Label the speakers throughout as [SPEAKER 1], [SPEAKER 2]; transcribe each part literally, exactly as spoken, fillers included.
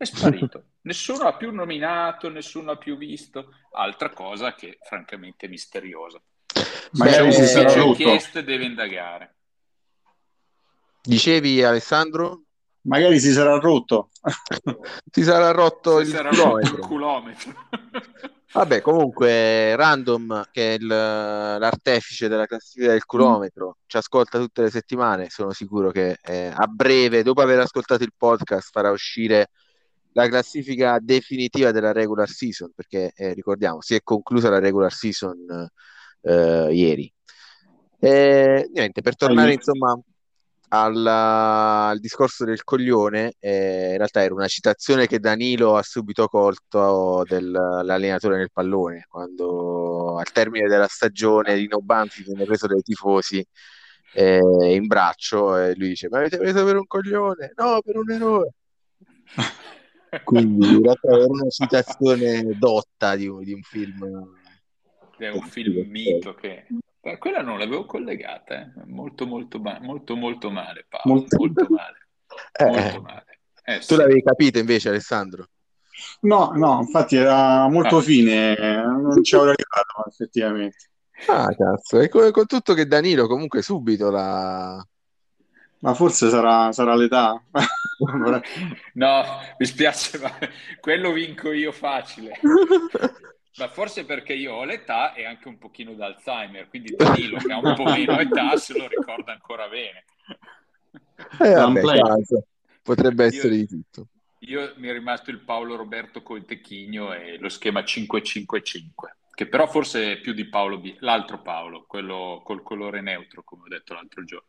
[SPEAKER 1] È sparito. Nessuno ha più nominato, nessuno ha più visto. Altra cosa che francamente è misteriosa. Se c'è
[SPEAKER 2] Magari
[SPEAKER 1] un
[SPEAKER 2] si sarà
[SPEAKER 1] ufficio
[SPEAKER 2] rotto.
[SPEAKER 1] inchieste deve indagare.
[SPEAKER 3] Dicevi, Alessandro?
[SPEAKER 2] Magari si sarà rotto.
[SPEAKER 3] Si sarà rotto
[SPEAKER 1] Se
[SPEAKER 3] il
[SPEAKER 1] sarà rotto il
[SPEAKER 3] chilometro.
[SPEAKER 1] chilometro.
[SPEAKER 3] Vabbè, comunque Random, che è il- l'artefice della classifica del chilometro, ci ascolta tutte le settimane. Sono sicuro che eh, a breve, dopo aver ascoltato il podcast, farà uscire la classifica definitiva della regular season, perché eh, ricordiamo, si è conclusa la regular season eh, ieri. E, niente, per tornare insomma alla- al discorso del coglione, eh, in realtà era una citazione che Danilo ha subito colto dell'allenatore nel pallone, quando al termine della stagione Dino Banfi viene preso dai tifosi eh, in braccio e lui dice: Ma avete preso per un coglione? No, per un eroe. Quindi in realtà era una citazione dotta di un, di un film
[SPEAKER 1] È un
[SPEAKER 3] classico.
[SPEAKER 1] film mito che... Beh, quella non l'avevo collegata, eh. Molto, molto, ma- molto, molto male, Paolo.
[SPEAKER 2] Molto-
[SPEAKER 1] Molto male.
[SPEAKER 3] Eh,
[SPEAKER 1] Molto
[SPEAKER 3] eh.
[SPEAKER 1] male. Eh
[SPEAKER 3] Tu
[SPEAKER 1] sì.
[SPEAKER 3] l'avevi capito invece, Alessandro?
[SPEAKER 2] No, no, infatti era molto
[SPEAKER 1] Ah.
[SPEAKER 2] fine, non ci avrei arrivato effettivamente.
[SPEAKER 3] Ah, cazzo, e co- con tutto che Danilo comunque subito la...
[SPEAKER 2] Ma forse sarà, sarà l'età.
[SPEAKER 1] No, mi spiace, ma quello vinco io facile. Ma forse perché io ho l'età e anche un pochino d'Alzheimer, quindi Danilo, che ha un po' meno età, se lo ricorda ancora bene.
[SPEAKER 3] Eh, vabbè,
[SPEAKER 2] L'unplay.
[SPEAKER 3] cazzo, potrebbe essere
[SPEAKER 1] Io,
[SPEAKER 3] di tutto.
[SPEAKER 1] io mi è rimasto il Paolo Roberto Coitechigno e lo schema cinque cinque cinque, che però forse è più di Paolo B, l'altro Paolo, quello col colore neutro, come ho detto l'altro giorno.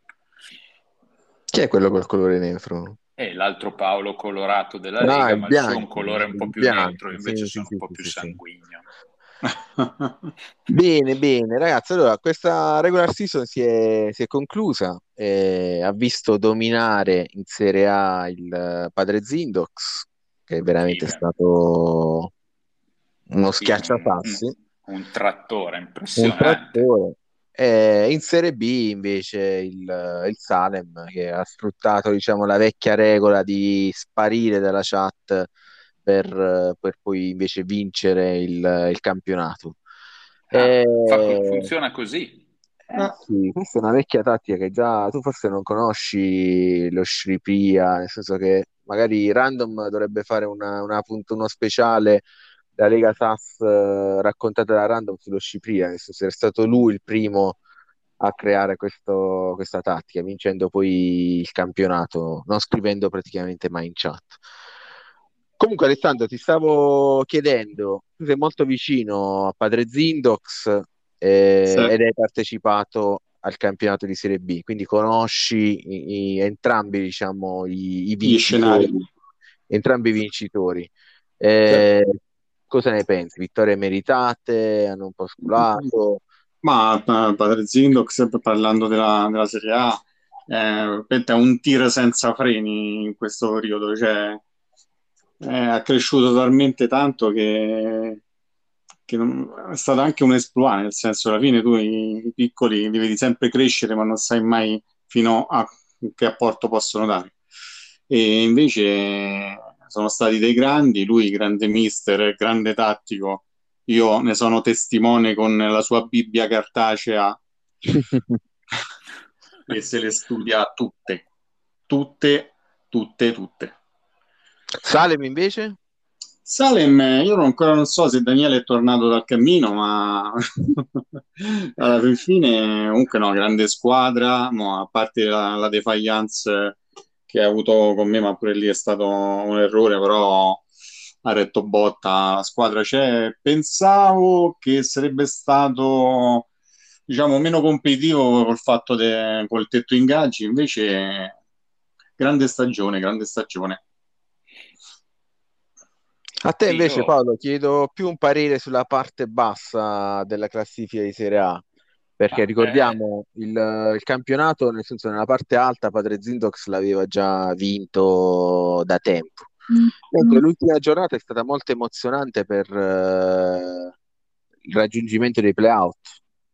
[SPEAKER 3] Chi è quello col colore neutro?
[SPEAKER 1] E l'altro Paolo colorato della
[SPEAKER 3] Ah,
[SPEAKER 1] Lega,
[SPEAKER 3] il
[SPEAKER 1] ma il suo è un
[SPEAKER 3] bianco,
[SPEAKER 1] colore un po'
[SPEAKER 3] il
[SPEAKER 1] più neutro,
[SPEAKER 3] bianco,
[SPEAKER 1] io
[SPEAKER 3] sì,
[SPEAKER 1] invece
[SPEAKER 3] sì,
[SPEAKER 1] sono un
[SPEAKER 3] sì,
[SPEAKER 1] po'
[SPEAKER 3] sì,
[SPEAKER 1] più
[SPEAKER 3] sì, sì.
[SPEAKER 1] sanguigno.
[SPEAKER 3] Bene, bene, ragazzi, allora questa regular season si è, si è conclusa, eh, ha visto dominare in Serie A il eh, Padre Zindox, che è
[SPEAKER 1] Sì,
[SPEAKER 3] veramente
[SPEAKER 1] beh,
[SPEAKER 3] stato uno
[SPEAKER 1] sì, un,
[SPEAKER 3] schiacciasassi.
[SPEAKER 1] un- un trattore
[SPEAKER 3] Un
[SPEAKER 1] impressionante.
[SPEAKER 3] trattore. Eh, in Serie B invece il, il Salem che ha sfruttato diciamo, la vecchia regola di sparire dalla chat per, eh, per poi invece vincere il, il campionato.
[SPEAKER 1] Ah,
[SPEAKER 3] Eh,
[SPEAKER 1] fa co- funziona così.
[SPEAKER 3] eh sì, questa è una vecchia tattica che già tu forse non conosci lo Shripia, nel senso che magari Random dovrebbe fare una, una punt- uno speciale la Lega S A S eh, raccontata da Random sullo Scipria, nel senso è stato lui il primo a creare questo- questa tattica, vincendo poi il campionato, non scrivendo praticamente mai in chat. Comunque, Alessandro, ti stavo chiedendo, tu sei molto vicino a Padre Zindox eh,
[SPEAKER 2] Sì,
[SPEAKER 3] ed hai partecipato al campionato di Serie B, quindi conosci i- i- entrambi, diciamo, i, i
[SPEAKER 2] gli scenari.
[SPEAKER 3] vincitori, entrambi i vincitori.
[SPEAKER 2] Sì.
[SPEAKER 3] Eh, cosa ne pensi? Vittorie meritate? Hanno un po' sculato?
[SPEAKER 2] Ma pa- Padre Zindoc, sempre parlando della, della Serie A, eh, è un tir senza freni in questo periodo, cioè è cresciuto talmente tanto che, che non- è stato anche un exploit, nel senso alla fine tu i, i piccoli li vedi sempre crescere, ma non sai mai fino a che apporto possono dare. E invece sono stati dei grandi, lui grande mister, grande tattico, io ne sono testimone con la sua Bibbia cartacea e se le studia tutte, tutte, tutte, tutte.
[SPEAKER 3] Salem invece?
[SPEAKER 2] Salem, io non- ancora non so se Daniele è tornato dal cammino, ma alla fin fine, comunque no, grande squadra, mo, a parte la, la defiance che ha avuto con me, ma pure lì è stato un errore, però ha retto botta, la squadra c'è. Pensavo che sarebbe stato, diciamo, meno competitivo col fatto de, col tetto ingaggi, invece grande stagione, grande stagione.
[SPEAKER 3] A te
[SPEAKER 1] Sì,
[SPEAKER 3] invece,
[SPEAKER 1] io...
[SPEAKER 3] Paolo, chiedo più un parere sulla parte bassa della classifica di Serie A, perché
[SPEAKER 1] Ma, eh,
[SPEAKER 3] ricordiamo il, il campionato, nel senso nella parte alta Padre Zindox l'aveva già vinto da tempo, mentre l'ultima giornata è stata molto emozionante per eh, il raggiungimento dei playout.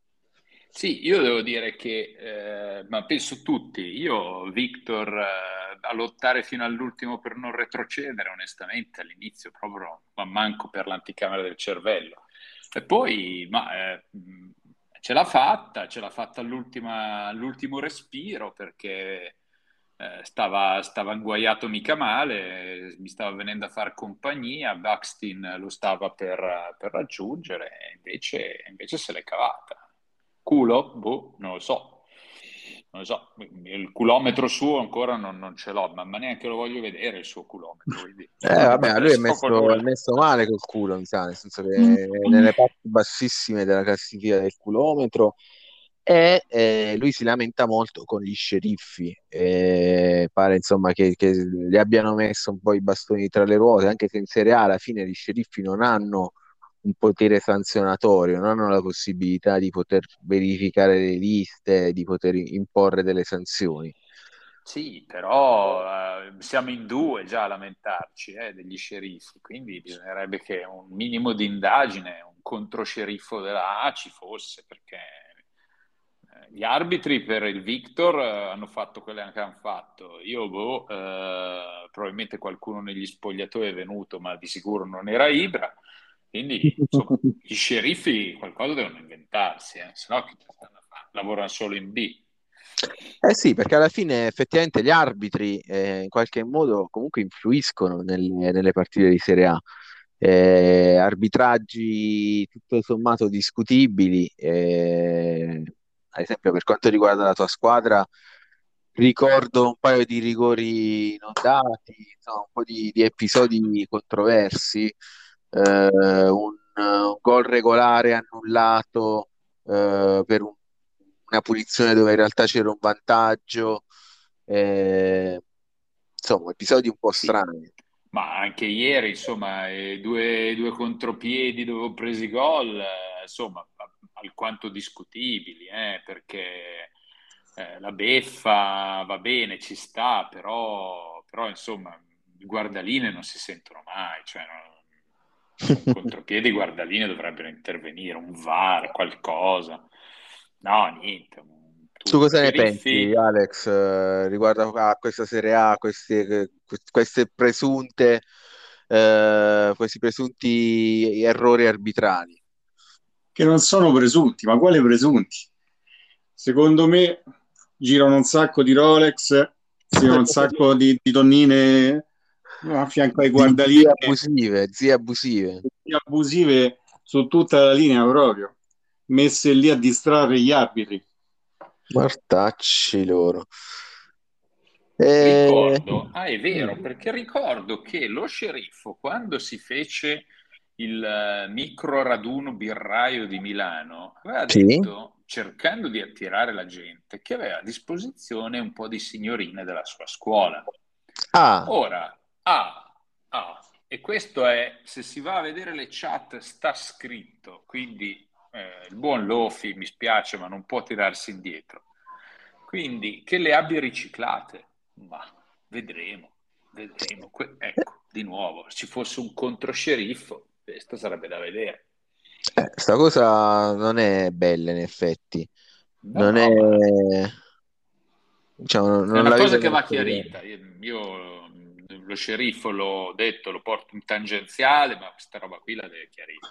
[SPEAKER 1] Sì, io devo dire che, eh, ma penso tutti, io Victor, eh, a lottare fino all'ultimo per non retrocedere, onestamente all'inizio proprio, ma manco per l'anticamera del cervello. E poi, ma eh, ce l'ha fatta, ce l'ha fatta all'ultima, all'ultimo respiro perché eh, stava, stava inguaiato mica male, mi stava venendo a far compagnia, Buxton lo stava per, per raggiungere, e invece, invece se l'è cavata. Culo? Boh, non lo so. Non lo so, il culometro suo ancora non, non ce l'ho, ma, ma neanche lo voglio vedere il suo culometro. Quindi
[SPEAKER 3] Eh, vabbè,
[SPEAKER 1] non
[SPEAKER 3] lui è
[SPEAKER 1] so con
[SPEAKER 3] messo, è
[SPEAKER 1] nulla.
[SPEAKER 3] messo male col culo, mi sa, nel senso che è nelle parti bassissime della classifica del chilometro e eh, lui si lamenta molto con gli sceriffi. Eh, pare insomma che, che gli abbiano messo un po' i bastoni tra le ruote, anche se in Serie A alla fine gli sceriffi non hanno un potere sanzionatorio, non hanno la possibilità di poter verificare le liste, di poter imporre delle sanzioni.
[SPEAKER 1] Sì, però eh, siamo in due già a lamentarci eh, degli sceriffi, quindi bisognerebbe che un minimo di indagine, un controsceriffo della A ci fosse, perché eh, gli arbitri per il Victor eh, hanno fatto quelle che hanno fatto. Io, boh, eh, probabilmente qualcuno negli spogliatoi è venuto, ma di sicuro non era Ibra, quindi insomma, gli sceriffi qualcosa devono inventarsi, eh, se no che stanno a fare? Lavorano solo in B.
[SPEAKER 3] Eh sì, perché alla fine effettivamente gli arbitri eh, in qualche modo comunque influiscono nelle, nelle partite di Serie A. Eh, arbitraggi tutto sommato discutibili, eh, ad esempio per quanto riguarda la tua squadra, ricordo un paio di rigori non dati, insomma, un po' di, di episodi controversi, eh, un, un gol regolare annullato eh, per un- una punizione dove in realtà c'era un vantaggio, eh, insomma, episodi un po'
[SPEAKER 1] Sì,
[SPEAKER 3] strani.
[SPEAKER 1] ma anche ieri, insomma, eh, due, due contropiedi dove ho preso i gol, eh, insomma, a- alquanto discutibili, eh, perché eh, la beffa va bene, ci sta, però, però, insomma, i guardaline non si sentono mai, cioè, no, su un contropiede i guardaline dovrebbero intervenire, un V A R, qualcosa. No, niente,
[SPEAKER 3] Tu
[SPEAKER 1] tu,
[SPEAKER 3] cosa ne pensi,
[SPEAKER 1] sceriffi.
[SPEAKER 3] Alex, eh, riguardo a questa Serie A, queste, queste presunte, eh, questi presunti errori arbitrali?
[SPEAKER 2] Che non sono presunti, ma quali presunti? Secondo me girano un sacco di Rolex, si girano un sacco di, di donnine a fianco ai
[SPEAKER 3] Zi- Zie
[SPEAKER 2] guardaline,
[SPEAKER 3] abusive, zie abusive.
[SPEAKER 2] abusive su tutta la linea proprio, messe lì a distrarre gli arbitri.
[SPEAKER 3] Mortacci loro. Eh,
[SPEAKER 1] Ricordo, ah è vero, perché ricordo che lo sceriffo quando si fece il eh, micro raduno birraio di Milano aveva
[SPEAKER 3] sì?
[SPEAKER 1] detto, cercando di attirare la gente, che aveva a disposizione un po' di signorine della sua scuola.
[SPEAKER 3] Ah,
[SPEAKER 1] Ora, ah, ah, e questo è, se si va a vedere le chat, sta scritto, quindi eh, il buon Lofi, mi spiace, ma non può tirarsi indietro. Quindi che le abbia riciclate, ma vedremo, vedremo. Que- ecco, di nuovo, ci fosse un controsceriffo, questo sarebbe da vedere.
[SPEAKER 3] eh, sta cosa non è bella in effetti.
[SPEAKER 1] No,
[SPEAKER 3] Non è,
[SPEAKER 1] no, ma
[SPEAKER 3] diciamo, non
[SPEAKER 1] è
[SPEAKER 3] non
[SPEAKER 1] una
[SPEAKER 3] la vedo
[SPEAKER 1] cosa che va
[SPEAKER 3] molto bene.
[SPEAKER 1] chiarita. Io, io, lo sceriffo l'ho detto, lo porto in tangenziale, ma questa roba qui la deve chiarire.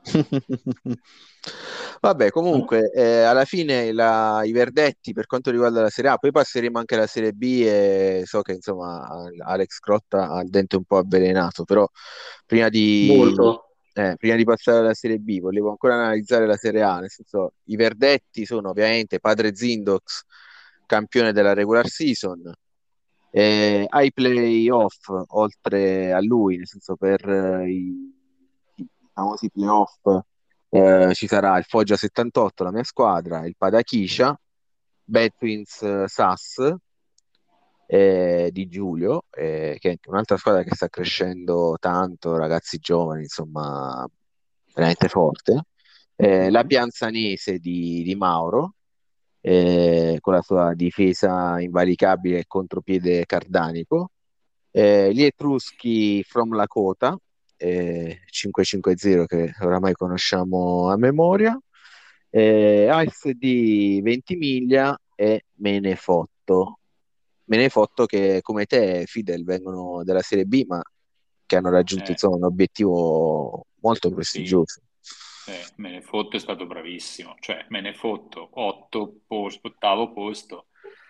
[SPEAKER 3] Vabbè, comunque, eh, alla fine la- i verdetti per quanto riguarda la Serie A, poi passeremo anche alla Serie B e so che insomma Alex Crotta ha il dente un po' avvelenato, però prima di,
[SPEAKER 2] Molto.
[SPEAKER 3] eh, prima di passare alla Serie B volevo ancora analizzare la Serie A, nel senso i verdetti sono ovviamente Padre Zindox, campione della regular season, eh, ai playoff oltre a lui, nel senso per eh, i, i famosi playoff eh, ci sarà il Foggia settantotto, la mia squadra, il Padachiscia, Bad Twins eh, Sass eh, di Giulio, eh, che è un'altra squadra che sta crescendo tanto, ragazzi giovani, insomma, veramente forte. Eh, la
[SPEAKER 2] Mhm.
[SPEAKER 3] Pianzanese di, di Mauro, eh, con la sua difesa invalicabile e contropiede cardanico. Eh, gli Etruschi from Lakota, eh, cinque cinque zero che oramai conosciamo a memoria, eh, A S D Ventimiglia e Menefotto. me ne fotto che come te, Fidel, vengono dalla Serie B, ma che hanno raggiunto
[SPEAKER 1] Eh,
[SPEAKER 3] insomma un obiettivo molto
[SPEAKER 1] sì,
[SPEAKER 3] prestigioso.
[SPEAKER 1] eh, me ne fotto è stato bravissimo, cioè me ne fotto, otto posto, ottavo posto,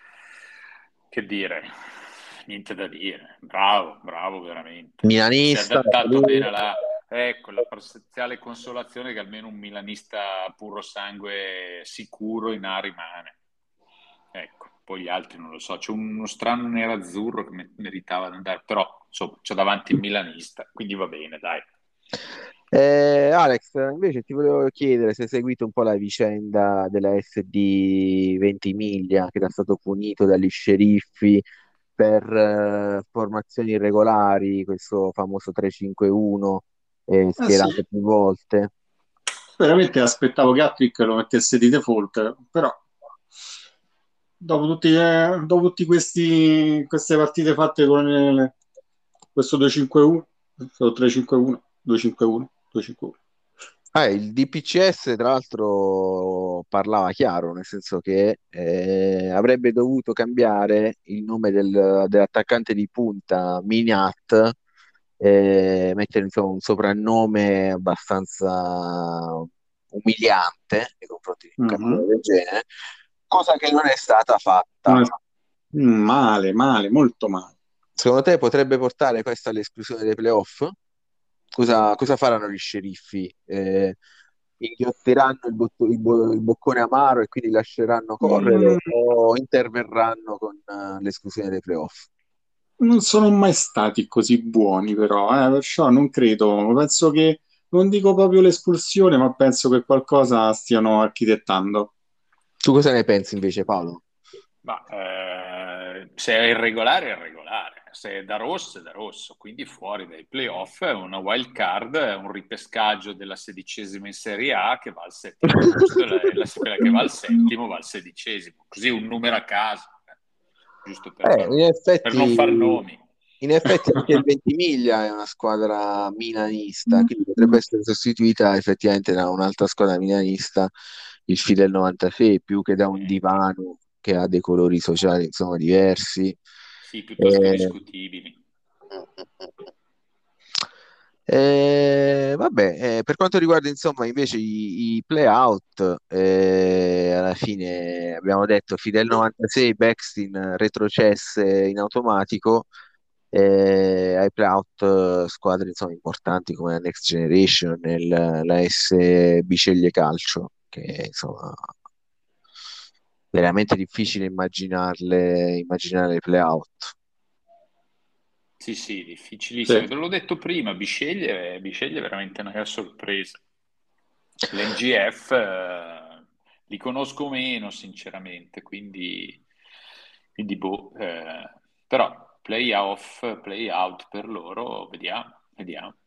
[SPEAKER 1] che dire, niente da dire, bravo, bravo veramente, si è
[SPEAKER 3] Milanista,
[SPEAKER 1] adattato
[SPEAKER 3] lui.
[SPEAKER 1] bene alla, ecco, la parziale consolazione che almeno un milanista puro sangue sicuro in A rimane, ecco, poi gli altri non lo so, c'è uno strano nerazzurro che me- meritava di andare, però insomma c'è davanti il milanista, quindi va bene, dai.
[SPEAKER 3] Eh, Alex, invece ti volevo chiedere se hai seguito un po' la vicenda della S D Ventimiglia, che era stato punito dagli sceriffi per eh, formazioni irregolari, questo famoso tre cinque uno, eh,
[SPEAKER 2] Eh sì,
[SPEAKER 3] schierato più volte.
[SPEAKER 2] veramente aspettavo che Hattrick lo mettesse di default, però dopo tutti, eh, dopo tutti questi, queste partite fatte con il- questo due cinque uno, questo tre cinque uno, due cinque uno, due cinque uno.
[SPEAKER 3] Ah, il D P C S tra l'altro parlava chiaro, nel senso che eh, avrebbe dovuto cambiare il nome del- dell'attaccante di punta Miniat, eh, mettere insomma, un soprannome abbastanza umiliante nei confronti di un campione
[SPEAKER 2] Mhm.
[SPEAKER 3] del genere, cosa che non è stata fatta.
[SPEAKER 2] Non è- Male, male, molto male.
[SPEAKER 3] Secondo te potrebbe portare questo all'esclusione dei playoff? Cosa, cosa faranno gli sceriffi? Eh, inghiottiranno il, botto- il bo- il boccone amaro e quindi lasceranno
[SPEAKER 2] Mm,
[SPEAKER 3] correre o interverranno con eh, l'esclusione dei playoff?
[SPEAKER 2] Non sono mai stati così buoni, però, eh, perciò non credo. Penso che non dico proprio l'espulsione, ma penso che qualcosa stiano architettando.
[SPEAKER 3] Tu cosa ne pensi invece, Paolo?
[SPEAKER 1] Ma eh, se è irregolare, è irregolare. Se è da rosso, è da rosso. Quindi fuori dai playoff è una wild card, è un ripescaggio della sedicesima in Serie A che va al settimo posto e la, e la- quella che va al settimo va al sedicesimo. Così un numero a caso, eh, giusto per
[SPEAKER 3] Eh, in
[SPEAKER 1] non, per non
[SPEAKER 3] effetti,
[SPEAKER 1] far nomi.
[SPEAKER 3] in effetti anche il Ventimiglia è una squadra milanista, quindi potrebbe essere sostituita effettivamente da un'altra squadra milanista, il Fidel novantasei, più che da un
[SPEAKER 1] Eh,
[SPEAKER 3] divano che ha dei colori sociali insomma diversi.
[SPEAKER 1] sì, piuttosto
[SPEAKER 3] Eh,
[SPEAKER 1] discutibili.
[SPEAKER 3] Eh, vabbè, eh, per quanto riguarda insomma invece i, i play-out, eh, alla fine abbiamo detto Fidel novantasei, Bextin retrocesse in automatico, eh, ai play-out eh, squadre insomma importanti come la Next Generation e il- la S Biceglie Calcio, che insomma veramente difficile immaginarle, immaginare i play-out.
[SPEAKER 1] Sì, sì, difficilissimo.
[SPEAKER 2] Sì.
[SPEAKER 1] Te l'ho detto prima, Bisceglie, Bisceglie è veramente una gran sorpresa. L'N G F eh, li conosco meno, sinceramente, quindi, quindi boh, eh, però play off, play out per loro, vediamo, vediamo.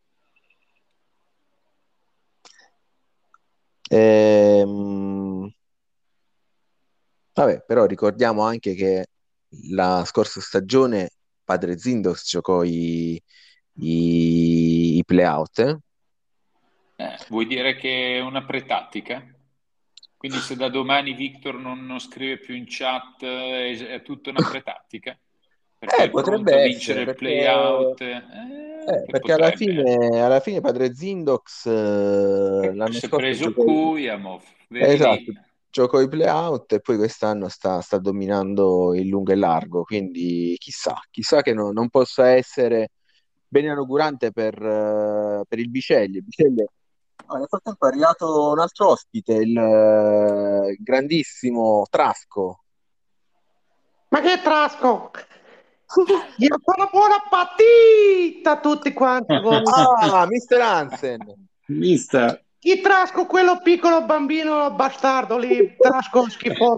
[SPEAKER 3] Ehm, Vabbè, però ricordiamo anche che la scorsa stagione Padre Zindos giocò i, i, i play-out. Eh?
[SPEAKER 1] Eh, vuoi dire che è una pretattica? Quindi se da domani Victor non, non scrive più in chat, eh, è, è tutta una pretattica? Perché
[SPEAKER 3] Eh,
[SPEAKER 1] è pronto
[SPEAKER 3] potrebbe
[SPEAKER 1] a
[SPEAKER 3] essere,
[SPEAKER 1] vincere il
[SPEAKER 3] perché,
[SPEAKER 1] play out? Eh,
[SPEAKER 3] eh,
[SPEAKER 1] che
[SPEAKER 3] perché alla
[SPEAKER 1] potrebbe essere.
[SPEAKER 3] fine, alla fine Padre Zindox eh,
[SPEAKER 1] Ecco,
[SPEAKER 3] l'anno
[SPEAKER 1] si è
[SPEAKER 3] scorso
[SPEAKER 1] preso
[SPEAKER 3] giocò,
[SPEAKER 1] Kujamov, vedi
[SPEAKER 3] esatto,
[SPEAKER 1] lì.
[SPEAKER 3] giocò i play-out e poi quest'anno sta, sta dominando il lungo e largo, quindi chissà, chissà che no- non possa essere bene inaugurante per, eh, per il Biceglie. Biceglie. Ah, nel frattempo è arrivato un altro ospite, il, eh, il grandissimo Trasco.
[SPEAKER 4] Ma che trasco? Io sono buona partita a tutti quanti voi.
[SPEAKER 3] Ah, mister Hansen.
[SPEAKER 2] Mister.
[SPEAKER 4] Chi trasco quello piccolo bambino bastardo lì? Trasco schifoso.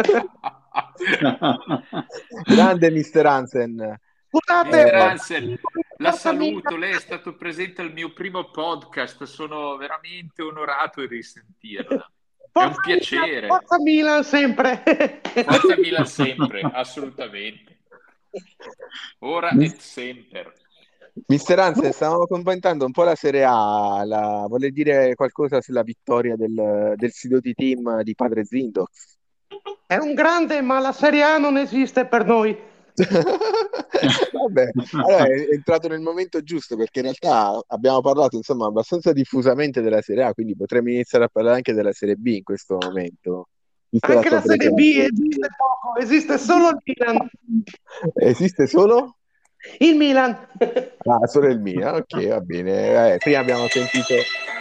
[SPEAKER 3] Grande mister Hansen.
[SPEAKER 4] Scusate,
[SPEAKER 1] Mister
[SPEAKER 3] Eh,
[SPEAKER 1] Hansen, la
[SPEAKER 4] forza
[SPEAKER 1] saluto,
[SPEAKER 4] Milan.
[SPEAKER 1] lei è stato presente al mio primo podcast, sono veramente onorato di risentirla. È un
[SPEAKER 4] Forza Milan,
[SPEAKER 1] piacere.
[SPEAKER 4] forza Milan sempre.
[SPEAKER 1] Forza Milan sempre, assolutamente. Ora et semper.
[SPEAKER 3] mister Hansen, stavamo commentando un po' la Serie A. La... Vuole dire qualcosa sulla vittoria del, del Sidoti Team di Padre Zindox?
[SPEAKER 4] è un grande, ma la Serie A non esiste per noi.
[SPEAKER 3] Vabbè, allora è entrato nel momento giusto perché in realtà abbiamo parlato insomma abbastanza diffusamente della Serie A, quindi potremmo iniziare a parlare anche della Serie B in questo momento, vista la
[SPEAKER 4] Anche
[SPEAKER 3] tua
[SPEAKER 4] la Serie B
[SPEAKER 3] presenza.
[SPEAKER 4] esiste poco, esiste solo il Milan.
[SPEAKER 3] Esiste solo?
[SPEAKER 4] Il Milan.
[SPEAKER 3] Ah, solo il Milan, ok, va bene. Eh, prima abbiamo sentito.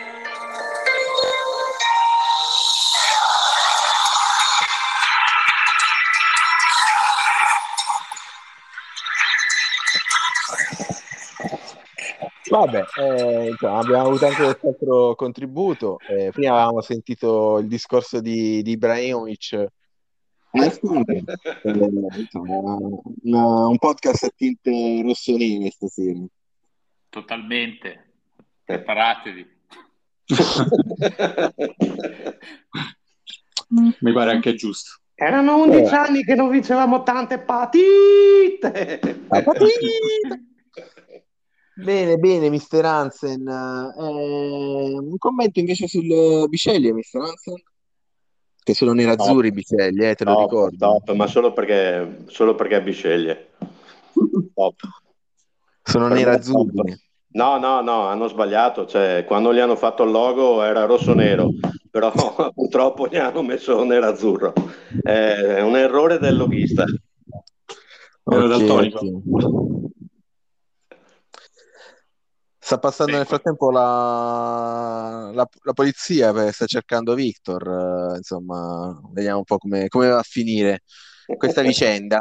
[SPEAKER 3] Vabbè, eh, insomma, abbiamo avuto anche quest'altro contributo. Eh, prima avevamo sentito il discorso di, di Ibrahimovic. Eh, insomma, una- un podcast a tinte rossonere stasera.
[SPEAKER 1] Totalmente. Preparatevi.
[SPEAKER 2] Mi pare anche giusto.
[SPEAKER 4] Erano undici anni che non vincevamo tante partite.
[SPEAKER 3] La partita! Bene, bene, mister Hansen. Eh, un commento invece sul Biceglie, mister Hansen? Che sono
[SPEAKER 5] Top,
[SPEAKER 3] nerazzurri i Biceglie, eh, te lo
[SPEAKER 5] top,
[SPEAKER 3] ricordi?
[SPEAKER 5] top, ma solo perché, solo perché Bisceglie. Top.
[SPEAKER 3] Sono
[SPEAKER 5] Per me è
[SPEAKER 3] nerazzurri.
[SPEAKER 5] top. No, no, no, hanno sbagliato. Cioè, quando gli hanno fatto il logo era rosso-nero, però purtroppo gli hanno messo nero-azzurro. È un errore del loghista.
[SPEAKER 2] Era
[SPEAKER 3] Ok,
[SPEAKER 2] daltonico.
[SPEAKER 3] ok. Sta passando nel frattempo la, la- la polizia perché sta cercando Victor, eh, insomma, vediamo un po' come, come va a finire questa vicenda.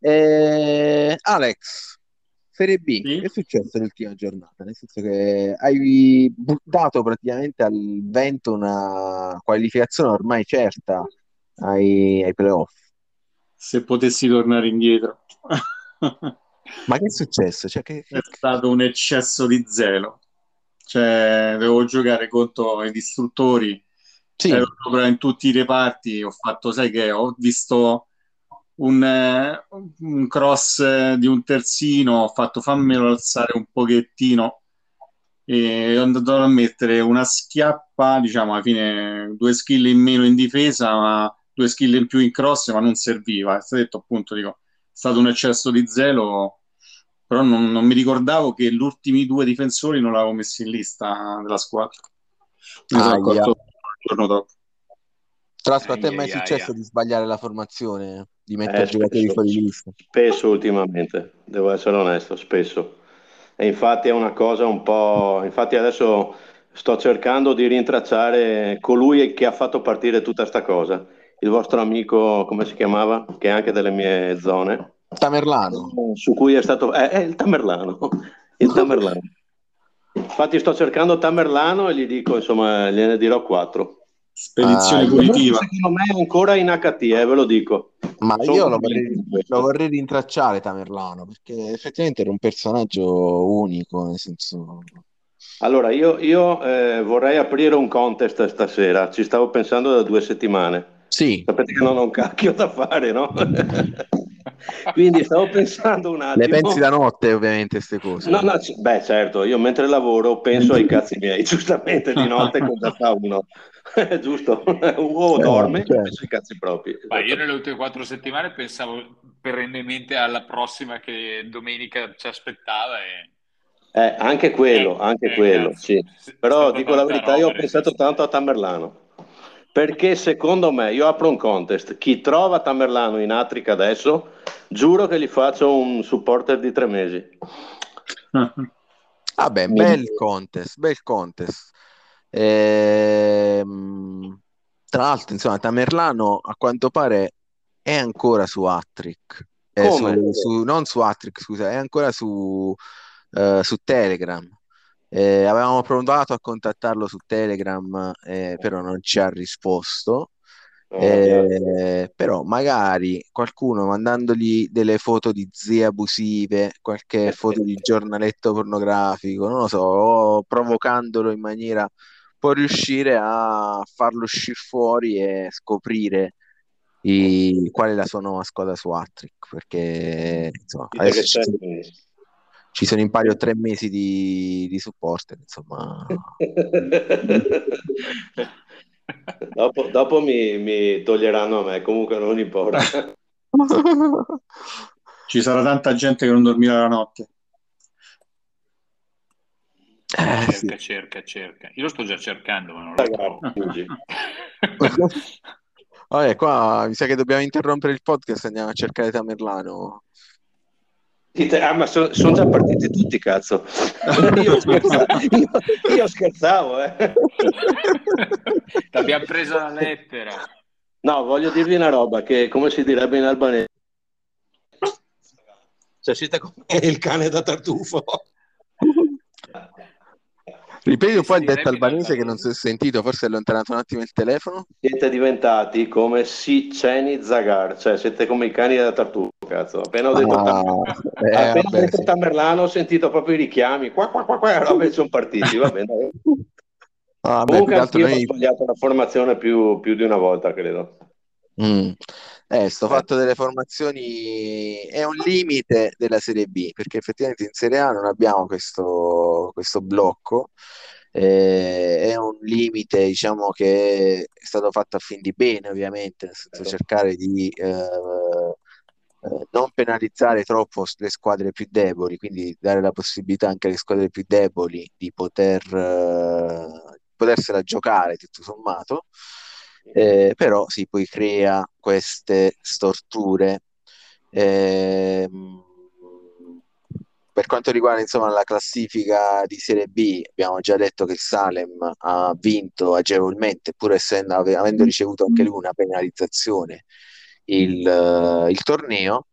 [SPEAKER 3] Eh, Alex, Serie B,
[SPEAKER 2] Sì?
[SPEAKER 3] che è successo l'ultima giornata? Nel senso che hai buttato praticamente al vento una qualificazione ormai certa ai, ai playoff.
[SPEAKER 2] Se potessi tornare indietro.
[SPEAKER 3] Ma che è successo? Cioè, che,
[SPEAKER 2] È
[SPEAKER 3] che-
[SPEAKER 2] stato un eccesso di zelo. Cioè, dovevo giocare contro i distruttori.
[SPEAKER 3] Sì,
[SPEAKER 2] Ero proprio in tutti i reparti. Ho fatto, sai che ho visto un, eh, un cross eh, di un terzino, ho fatto fammelo alzare un pochettino e ho andato a mettere una schiappa, diciamo, alla fine due skill in meno in difesa, ma due skill in più in cross, ma non serviva. È stato detto appunto, dico, è stato un eccesso di zelo, però non, non mi ricordavo che gli ultimi due difensori non l'avevo messi in lista della squadra. Mi sono
[SPEAKER 3] aia.
[SPEAKER 2] accorto il giorno dopo.
[SPEAKER 3] Trasco, a te è
[SPEAKER 1] Ai,
[SPEAKER 3] mai
[SPEAKER 1] ai,
[SPEAKER 3] successo
[SPEAKER 1] ai.
[SPEAKER 3] di sbagliare la formazione, di
[SPEAKER 5] Eh,
[SPEAKER 3] mettere giocatori
[SPEAKER 5] spesso,
[SPEAKER 3] fuori lista?
[SPEAKER 5] spesso ultimamente, devo essere onesto, spesso. E infatti è una cosa un po'. Infatti adesso sto cercando di rintracciare colui che ha fatto partire tutta sta cosa. Il vostro amico, come si chiamava? Che è anche delle mie zone,
[SPEAKER 3] Tamerlano.
[SPEAKER 5] su cui è stato. Eh, è il Tamerlano. Il Tamerlano. Infatti sto cercando Tamerlano e gli dico, insomma, gliene dirò quattro.
[SPEAKER 2] Spedizione
[SPEAKER 3] Aia.
[SPEAKER 2] punitiva.
[SPEAKER 5] Secondo me è ancora in H T, eh, ve lo dico.
[SPEAKER 3] Ma
[SPEAKER 5] Sono
[SPEAKER 3] io lo
[SPEAKER 5] convinto
[SPEAKER 3] vorrei,
[SPEAKER 5] di
[SPEAKER 3] lo
[SPEAKER 5] questo.
[SPEAKER 3] vorrei rintracciare Tamerlano, perché effettivamente era un personaggio unico, nel senso.
[SPEAKER 5] Allora, io, io, eh, vorrei aprire un contest stasera, ci stavo pensando da due settimane.
[SPEAKER 3] Sì,
[SPEAKER 5] Sapete che non ho un cacchio da fare, no? Quindi stavo pensando un
[SPEAKER 3] le pensi da
[SPEAKER 5] attimo.
[SPEAKER 3] notte ovviamente queste cose.
[SPEAKER 5] No, no, c- beh, certo, io mentre lavoro penso ai cazzi miei, giustamente di notte cosa fa uno? Giusto? Un uovo dorme,
[SPEAKER 3] Certo,
[SPEAKER 5] io
[SPEAKER 3] certo.
[SPEAKER 5] penso ai cazzi propri.
[SPEAKER 1] Ma io
[SPEAKER 5] esattamente.
[SPEAKER 1] nelle ultime quattro settimane pensavo perennemente alla prossima che domenica ci aspettava e
[SPEAKER 5] Eh, anche quello,
[SPEAKER 1] eh,
[SPEAKER 5] anche
[SPEAKER 1] eh,
[SPEAKER 5] quello,
[SPEAKER 1] cazzo,
[SPEAKER 5] sì.
[SPEAKER 1] è
[SPEAKER 5] Però
[SPEAKER 1] stata
[SPEAKER 5] dico la
[SPEAKER 1] tanta
[SPEAKER 5] verità, io
[SPEAKER 1] roba,
[SPEAKER 5] ho
[SPEAKER 1] nel
[SPEAKER 5] pensato
[SPEAKER 1] senso.
[SPEAKER 5] tanto a Tamerlano. Perché secondo me, io apro un contest, chi trova Tamerlano in Africa adesso, giuro che gli faccio un supporter di tre mesi.
[SPEAKER 3] Vabbè, bel contest, bel contest. Ehm, Tra l'altro, insomma, Tamerlano a quanto pare è ancora su Attrick, eh, su,
[SPEAKER 5] Come?
[SPEAKER 3] su- non su Attrick, scusa, è ancora su, eh, su Telegram. Eh, avevamo provato a contattarlo su Telegram, eh, però non ci ha risposto.
[SPEAKER 5] No, arrabbiato.
[SPEAKER 3] Eh, però magari qualcuno mandandogli delle foto di zie abusive, qualche foto di giornaletto pornografico, non lo so, o provocandolo in maniera può riuscire a farlo uscire fuori e scoprire i- qual è la sua nuova squadra su Hattrick, perché insomma,
[SPEAKER 5] Dite
[SPEAKER 3] adesso
[SPEAKER 5] che
[SPEAKER 3] ci
[SPEAKER 5] c'è,
[SPEAKER 3] sono,
[SPEAKER 5] quindi.
[SPEAKER 3] ci sono in palio tre mesi di, di supporter, insomma.
[SPEAKER 5] Dopo, dopo mi, mi toglieranno a me, comunque non importa.
[SPEAKER 2] Ci sarà tanta gente che non dormirà la notte.
[SPEAKER 4] Eh, sì.
[SPEAKER 1] Cerca, cerca, cerca. Io lo sto già cercando, ma non lo trovo.
[SPEAKER 5] Fuggi.
[SPEAKER 3] Vabbè, qua mi sa che dobbiamo interrompere il podcast e andiamo a cercare Tamerlano.
[SPEAKER 5] Dite, ah, ma sono già partiti tutti, cazzo. Io scherzavo, io, io scherzavo, eh.
[SPEAKER 1] T'abbiamo preso la lettera.
[SPEAKER 5] No, voglio dirvi una roba, che come si direbbe in albanese, cioè siete come il cane da tartufo.
[SPEAKER 3] Ripeti un po' il
[SPEAKER 1] Direbbe
[SPEAKER 3] detto
[SPEAKER 1] in
[SPEAKER 3] albanese che non
[SPEAKER 1] albanese.
[SPEAKER 3] si è sentito, forse è allontanato un attimo il telefono.
[SPEAKER 5] Siete diventati come si ceni zagar, cioè siete come i cani da tartufo, cazzo. Appena ho detto,
[SPEAKER 3] Ah,
[SPEAKER 5] Tamerlano,
[SPEAKER 3] eh,
[SPEAKER 5] appena ho
[SPEAKER 3] vabbè,
[SPEAKER 5] detto
[SPEAKER 3] sì.
[SPEAKER 5] Tamerlano ho sentito proprio i richiami, qua qua qua qua, e robe sono partiti, va bene.
[SPEAKER 3] Ah, vabbè, più
[SPEAKER 5] Comunque
[SPEAKER 3] che altro
[SPEAKER 5] anch'io ho
[SPEAKER 3] noi...
[SPEAKER 5] sbagliato la formazione più, più di una volta, credo.
[SPEAKER 3] Mm. Eh, sto
[SPEAKER 5] Eh,
[SPEAKER 3] fatto delle formazioni è un limite della Serie B, perché effettivamente in Serie A non abbiamo questo, questo blocco, eh, è un limite, diciamo, che è stato fatto a fin di bene, ovviamente, nel senso
[SPEAKER 5] certo.
[SPEAKER 3] cercare di eh, eh, non penalizzare troppo le squadre più deboli, quindi dare la possibilità anche alle squadre più deboli di poter, eh, potersela giocare, tutto sommato. Eh, però sì, poi crea queste storture. Ehm, per quanto riguarda insomma la classifica di Serie B, abbiamo già detto che il Salem ha vinto agevolmente, pur essendo, ave- avendo ricevuto anche lui una penalizzazione, il, eh, il torneo.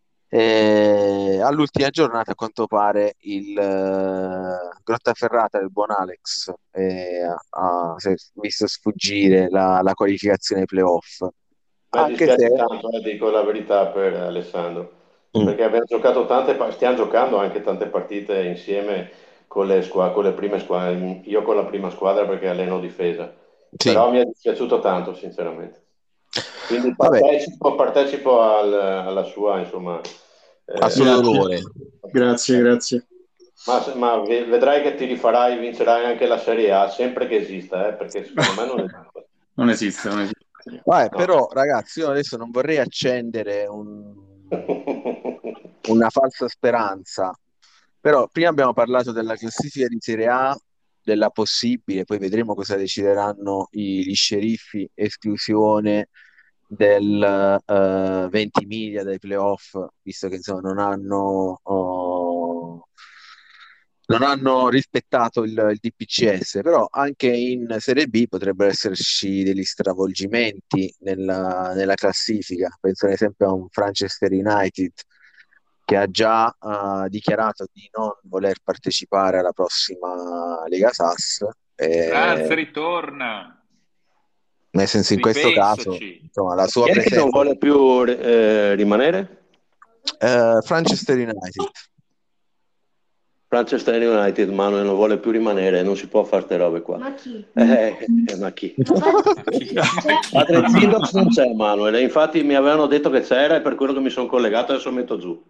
[SPEAKER 3] E all'ultima giornata, a quanto pare, il eh, Grottaferrata del buon Alex eh, ha, si è visto sfuggire la, la qualificazione ai playoff.
[SPEAKER 5] A me
[SPEAKER 3] Anche se
[SPEAKER 5] dispiace tanto, eh, dico la verità per Alessandro,
[SPEAKER 3] mm,
[SPEAKER 5] perché abbiamo giocato tante, pa- stiamo giocando anche tante partite insieme con le, squa- con le prime squadre, io con la prima squadra perché alleno difesa,
[SPEAKER 3] sì,
[SPEAKER 5] però mi è dispiaciuto tanto, sinceramente. Quindi
[SPEAKER 3] vabbè,
[SPEAKER 5] partecipo, partecipo al- alla sua, insomma,
[SPEAKER 3] a
[SPEAKER 5] eh,
[SPEAKER 3] suo
[SPEAKER 2] Grazie,
[SPEAKER 3] dolore.
[SPEAKER 2] grazie,
[SPEAKER 5] eh,
[SPEAKER 2] grazie.
[SPEAKER 5] ma, ma ve- vedrai che ti rifarai, vincerai anche la Serie A, sempre che esista, eh, perché secondo me non esiste.
[SPEAKER 2] Non esiste, non esiste.
[SPEAKER 3] Vabbè,
[SPEAKER 5] No.
[SPEAKER 3] però, ragazzi, io adesso non vorrei accendere un- una falsa speranza. Però prima abbiamo parlato della classifica di Serie A, della possibile, poi vedremo cosa decideranno i- gli sceriffi, esclusione del eh, Ventimiglia dai playoff, visto che insomma non hanno, oh, non hanno rispettato il, il D P C S, però anche in Serie B potrebbero esserci degli stravolgimenti nella, nella classifica. Penso ad esempio a un Manchester United che ha già eh, dichiarato di non voler partecipare alla prossima Lega Sass.
[SPEAKER 1] Franz
[SPEAKER 3] E,
[SPEAKER 1] ritorna,
[SPEAKER 3] nel senso, in questo caso,
[SPEAKER 1] ripensaci.
[SPEAKER 3] insomma, la sua
[SPEAKER 5] Chi è che non
[SPEAKER 3] presenza.
[SPEAKER 5] vuole più eh, rimanere?
[SPEAKER 3] Eh, Manchester United.
[SPEAKER 5] Manchester United, Manuel non vuole più rimanere, non si può fare ste robe qua.
[SPEAKER 6] Ma chi?
[SPEAKER 5] Eh, eh, ma chi?
[SPEAKER 1] Ma chi? Ma chi?
[SPEAKER 5] Padre Zindox non c'è, Manuel, e infatti mi avevano detto che c'era e per quello che mi sono collegato adesso metto giù.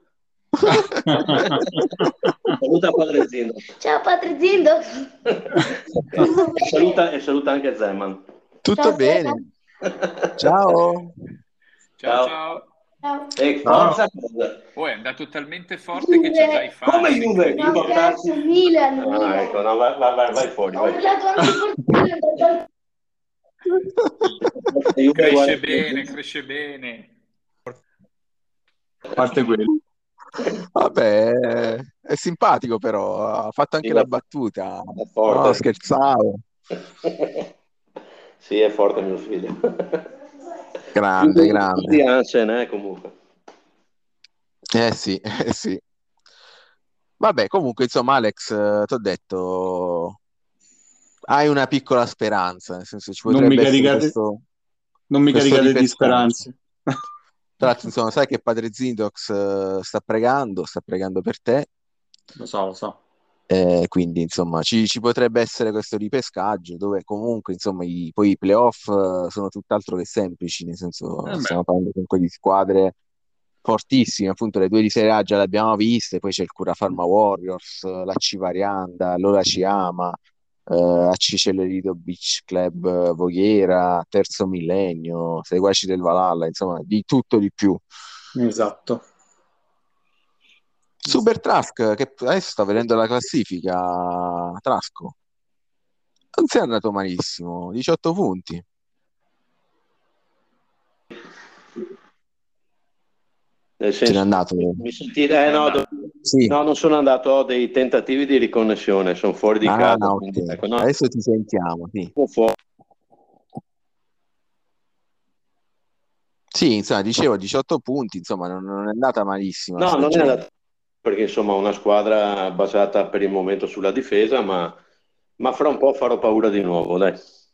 [SPEAKER 5] Saluta Padre Zindox.
[SPEAKER 6] Ciao Padre Zindo.
[SPEAKER 5] E saluta, e saluta anche Zeman.
[SPEAKER 3] Tutto
[SPEAKER 6] Ciao
[SPEAKER 3] bene.
[SPEAKER 6] Stefano.
[SPEAKER 3] Ciao.
[SPEAKER 1] Ciao,
[SPEAKER 5] Ciao.
[SPEAKER 1] ciao.
[SPEAKER 6] Ciao.
[SPEAKER 5] E
[SPEAKER 2] Ciao.
[SPEAKER 5] forza cosa?
[SPEAKER 1] Oh, è andato talmente forte che c'ha già i
[SPEAKER 6] Juve.
[SPEAKER 5] Come
[SPEAKER 1] fans,
[SPEAKER 5] Juve?
[SPEAKER 6] No,
[SPEAKER 5] Riportarsi?
[SPEAKER 6] scherzo, Milan,
[SPEAKER 5] Ah,
[SPEAKER 6] Milan.
[SPEAKER 5] ecco, no, vai, vai, vai, vai fuori,
[SPEAKER 6] Ho
[SPEAKER 5] vai.
[SPEAKER 6] urlato anche fortissimo.
[SPEAKER 5] Juve
[SPEAKER 1] Cresce
[SPEAKER 5] guarda-
[SPEAKER 1] bene, cresce bene.
[SPEAKER 2] A parte quello.
[SPEAKER 3] Vabbè, è simpatico però, ha fatto anche
[SPEAKER 5] Sì,
[SPEAKER 3] la
[SPEAKER 5] è,
[SPEAKER 3] battuta.
[SPEAKER 5] è
[SPEAKER 3] No,
[SPEAKER 5] forte.
[SPEAKER 3] scherzavo.
[SPEAKER 5] Sì, è forte mio figlio. Più
[SPEAKER 3] Grande,
[SPEAKER 5] di, più di
[SPEAKER 3] grande.
[SPEAKER 5] Hansen, eh, comunque.
[SPEAKER 3] Eh sì, eh sì. Vabbè, comunque, insomma, Alex, ti ho detto, hai una piccola speranza, nel senso ci
[SPEAKER 2] Non mi
[SPEAKER 3] potrebbe essere
[SPEAKER 2] caricate,
[SPEAKER 3] questo,
[SPEAKER 2] non mi
[SPEAKER 3] questo
[SPEAKER 2] caricate di
[SPEAKER 3] ripescaggio.
[SPEAKER 2] speranze.
[SPEAKER 3] Tra l'altro, insomma, sai che Padre Zindox eh, sta pregando, sta pregando per te.
[SPEAKER 2] Lo so, lo so.
[SPEAKER 3] Eh, quindi insomma ci, ci potrebbe essere questo ripescaggio dove comunque insomma i, poi i playoff eh, sono tutt'altro che semplici, nel senso
[SPEAKER 2] Eh beh,
[SPEAKER 3] stiamo parlando comunque di squadre fortissime, appunto le due di Serie A già le abbiamo viste, poi c'è il Curafarma Warriors, la Civarianda, l'Ola Ciama, eh, a Cicelerito Beach Club eh, Voghera, Terzo Millennio, Seguaci del Valhalla, insomma, di tutto di più.
[SPEAKER 2] Esatto.
[SPEAKER 3] Super Trask, che adesso sta vedendo la classifica, Trasco. Non si è andato malissimo, diciotto punti.
[SPEAKER 5] Nel
[SPEAKER 3] Se n'è
[SPEAKER 5] senso,
[SPEAKER 3] andato.
[SPEAKER 5] mi sentite? Eh,
[SPEAKER 1] È
[SPEAKER 5] no,
[SPEAKER 1] andato.
[SPEAKER 5] do-
[SPEAKER 3] Sì.
[SPEAKER 5] no, non sono andato, ho dei tentativi di riconnessione, sono fuori di
[SPEAKER 3] Ah,
[SPEAKER 5] casa,
[SPEAKER 3] ok.
[SPEAKER 5] quindi ecco, no,
[SPEAKER 3] Adesso ti sentiamo, sì.
[SPEAKER 5] sono fuori.
[SPEAKER 3] Sì, insomma, dicevo diciotto punti, insomma, non, non è andata malissimo la
[SPEAKER 5] No, non è
[SPEAKER 3] stagione.
[SPEAKER 5] andato perché insomma una squadra basata per il momento sulla difesa, ma, ma fra un po' farò paura di nuovo, dai.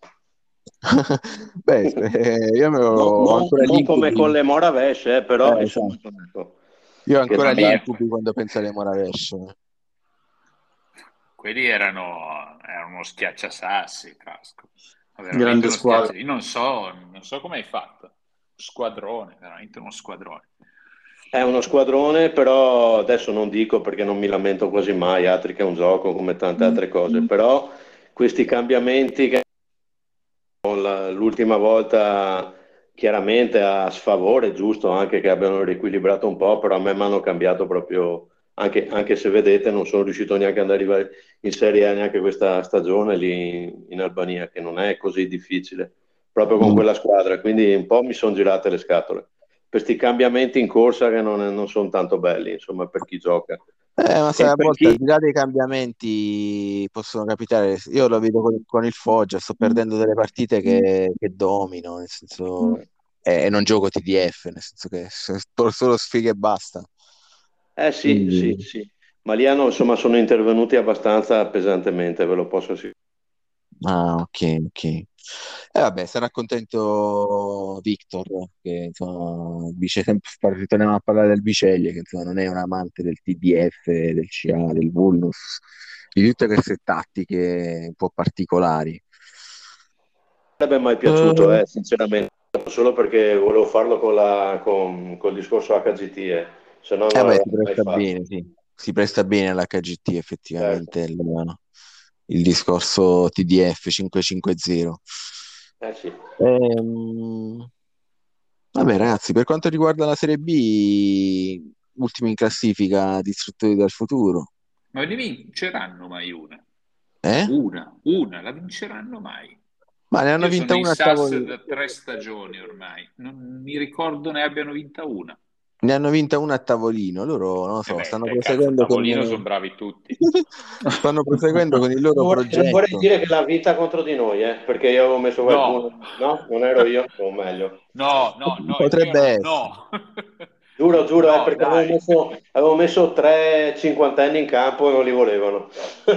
[SPEAKER 3] Beh, eh, io me lo-
[SPEAKER 5] Non,
[SPEAKER 3] ho
[SPEAKER 5] non-
[SPEAKER 3] ancora gli
[SPEAKER 5] non come con
[SPEAKER 3] incubi.
[SPEAKER 5] le Moravesh, eh, però
[SPEAKER 3] Eh,
[SPEAKER 5] insomma,
[SPEAKER 3] esatto.
[SPEAKER 5] ecco,
[SPEAKER 3] Io ho
[SPEAKER 5] che
[SPEAKER 3] ancora
[SPEAKER 5] tra
[SPEAKER 3] gli
[SPEAKER 1] Mamma mia,
[SPEAKER 5] l'altro
[SPEAKER 3] incubi quando penseremo a Ravesh.
[SPEAKER 1] quelli erano, erano uno schiacciasassi, Trasco. Veramente
[SPEAKER 2] Grande
[SPEAKER 1] uno
[SPEAKER 2] squadra.
[SPEAKER 1] schiaccia. Io non so, non so come hai fatto. Squadrone, veramente uno squadrone.
[SPEAKER 5] è uno squadrone, però adesso non dico perché non mi lamento quasi mai, altri che è un gioco come tante altre cose, però questi cambiamenti che la- l'ultima volta chiaramente a sfavore, giusto anche che abbiano riequilibrato un po', però a me mi hanno cambiato proprio, anche, anche se vedete non sono riuscito neanche ad arrivare in Serie A neanche questa stagione lì in Albania, che non è così difficile, proprio con
[SPEAKER 3] Mm.
[SPEAKER 5] quella squadra, quindi un po' mi sono girate le scatole. Questi cambiamenti in corsa che non, non sono tanto belli, insomma, per chi gioca.
[SPEAKER 3] Eh, ma sai,
[SPEAKER 5] E
[SPEAKER 3] a
[SPEAKER 5] per
[SPEAKER 3] volte al
[SPEAKER 5] chi,
[SPEAKER 3] di là dei cambiamenti possono capitare. Io lo vedo con, con il Foggia, sto perdendo delle partite che, che domino, nel senso, e, e non gioco T D F, nel senso che s- solo solo sfighe e basta.
[SPEAKER 5] eh sì, sì,
[SPEAKER 3] Quindi,
[SPEAKER 5] sì, ma lì hanno, insomma, sono intervenuti abbastanza pesantemente, ve lo posso assicurare.
[SPEAKER 3] ah, ok, ok. E vabbè, sarà contento Victor, che insomma, dice sempre, par- ritorniamo a parlare del Biceglie, che insomma non è un amante del T D F, del C A, del Vulnus, di tutte queste tattiche un po' particolari.
[SPEAKER 5] sarebbe mai piaciuto,
[SPEAKER 3] Eh,
[SPEAKER 5] eh, sinceramente, solo perché volevo farlo con la, con, col discorso H G T, eh, se no
[SPEAKER 3] eh
[SPEAKER 5] non
[SPEAKER 3] beh, si
[SPEAKER 5] l'avrei mai
[SPEAKER 3] presta
[SPEAKER 5] fatto.
[SPEAKER 3] bene, sì. Si presta bene all'H G T
[SPEAKER 5] Certo.
[SPEAKER 3] effettivamente il, il discorso T D F cinquecentocinquanta.
[SPEAKER 5] Eh sì.
[SPEAKER 3] Ehm, Vabbè, ragazzi, per quanto riguarda la Serie B, ultimi in classifica, Distruttori del Futuro.
[SPEAKER 1] Ma ne vinceranno mai una?
[SPEAKER 3] Eh?
[SPEAKER 1] Una, una, la vinceranno mai?
[SPEAKER 3] Ma ne hanno
[SPEAKER 1] Io sono
[SPEAKER 3] vinta
[SPEAKER 1] in
[SPEAKER 3] una a
[SPEAKER 1] S A S
[SPEAKER 3] tavolino.
[SPEAKER 1] da tre stagioni ormai, non mi ricordo ne abbiano vinta una.
[SPEAKER 3] Ne hanno vinta una a tavolino. Loro, non lo
[SPEAKER 1] E
[SPEAKER 3] so,
[SPEAKER 1] beh,
[SPEAKER 3] stanno
[SPEAKER 1] te cazzo,
[SPEAKER 3] proseguendo con
[SPEAKER 1] tavolino sono bravi tutti.
[SPEAKER 3] stanno proseguendo con il
[SPEAKER 5] Non
[SPEAKER 3] loro
[SPEAKER 5] vorrei, non vorrei
[SPEAKER 3] progetto.
[SPEAKER 5] dire che l'ha vinta contro di noi, eh, perché io avevo messo qualcuno,
[SPEAKER 1] No,
[SPEAKER 5] no? Non ero io, o meglio.
[SPEAKER 1] no, no, no, io
[SPEAKER 3] Potrebbe
[SPEAKER 1] non,
[SPEAKER 3] essere.
[SPEAKER 1] no.
[SPEAKER 5] Giuro, giuro, eh,
[SPEAKER 1] No,
[SPEAKER 5] perché avevo
[SPEAKER 1] dai.
[SPEAKER 5] messo, avevo messo tre cinquantenni in campo e non li volevano.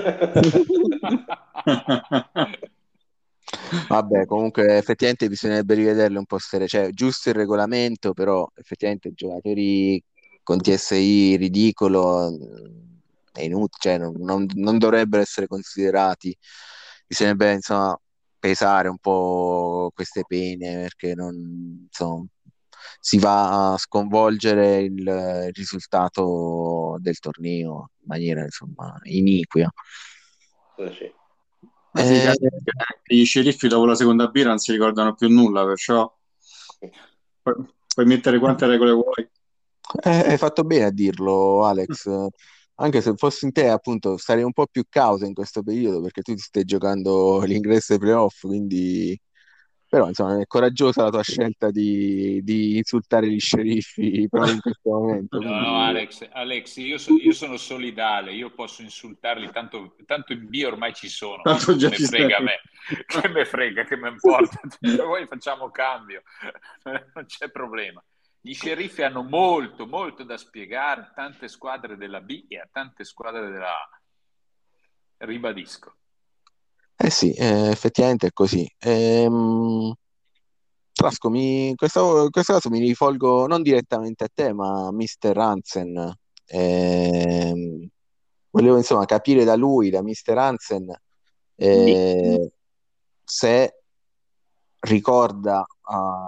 [SPEAKER 3] Vabbè, comunque effettivamente bisognerebbe rivederle un po' ste, cioè giusto il regolamento, però effettivamente giocatori con T S I ridicolo mh, è inutile, cioè non, non- non dovrebbero essere considerati. Bisognerebbe insomma pesare un po' queste pene perché non, insomma, si va a sconvolgere il, il risultato del torneo in maniera insomma iniqua.
[SPEAKER 5] Eh sì.
[SPEAKER 2] Ma sì,
[SPEAKER 3] Eh,
[SPEAKER 2] anche gli sceriffi dopo la seconda birra non si ricordano più nulla, perciò puoi, puoi mettere quante regole vuoi.
[SPEAKER 3] Eh, hai fatto bene a dirlo, Alex. Anche se fossi in te, appunto, sarei un po' più causa in questo periodo perché tu ti stai giocando l'ingresso ai playoff, quindi. Però, insomma, è coraggiosa la tua scelta di, di insultare gli sceriffi proprio in questo momento.
[SPEAKER 1] No, no,
[SPEAKER 3] Quindi.
[SPEAKER 1] Alex, Alex, io, so- io sono solidale, io posso insultarli, tanto, tanto in B ormai ci sono,
[SPEAKER 2] Tanto
[SPEAKER 1] che
[SPEAKER 2] già
[SPEAKER 1] me
[SPEAKER 2] ci sei.
[SPEAKER 1] frega a me, che me frega, che me importa, poi facciamo cambio, non c'è problema. Gli sceriffi hanno molto, molto da spiegare a tante squadre della B e a tante squadre della A, ribadisco.
[SPEAKER 3] Eh sì, eh, effettivamente è così. Ehm, Trasco, mi, questa, in questo caso mi rivolgo non direttamente a te, ma a mister Hansen. Ehm, Volevo insomma capire da lui, da mister Hansen, eh, se ricorda a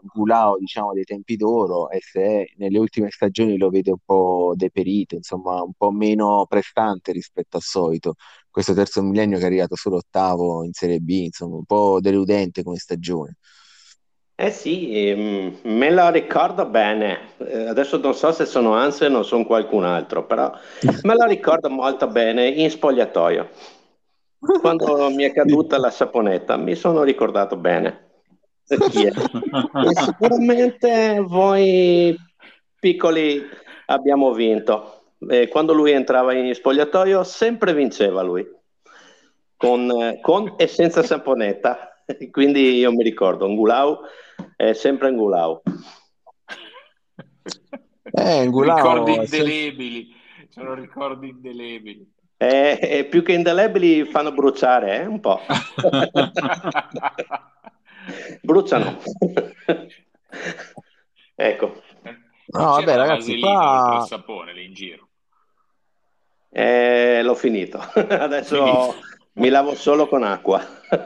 [SPEAKER 3] Gulao, diciamo, dei tempi d'oro, e se nelle ultime stagioni lo vede un po' deperito, insomma, un po' meno prestante rispetto al solito. Questo terzo millennio che è arrivato solo ottavo in Serie B, insomma, un po' deludente come stagione.
[SPEAKER 5] Eh sì, ehm, me la ricordo bene. Eh, adesso non so se sono Hansen o sono qualcun altro, però me la ricordo molto bene in spogliatoio. Quando mi è caduta la saponetta, mi sono ricordato bene chi è. E sicuramente voi piccoli abbiamo vinto. E quando lui entrava in spogliatoio, sempre vinceva lui, con, eh, con e senza saponetta. Quindi io mi ricordo, Ngulau è sempre Ngulau.
[SPEAKER 3] Eh,
[SPEAKER 1] Ricordi
[SPEAKER 3] Gulao, se-
[SPEAKER 1] indelebili, sono ricordi indelebili.
[SPEAKER 5] E, e più che indelebili fanno bruciare, eh, un po'. Bruciano. Ecco,
[SPEAKER 3] no,
[SPEAKER 1] Non
[SPEAKER 3] vabbè,
[SPEAKER 1] c'era la
[SPEAKER 3] ragazzi,
[SPEAKER 1] vaselina oltre al
[SPEAKER 3] qua
[SPEAKER 1] sapone lì in giro.
[SPEAKER 5] eh, l'ho finito. Adesso
[SPEAKER 1] Finito.
[SPEAKER 5] mi lavo solo con acqua.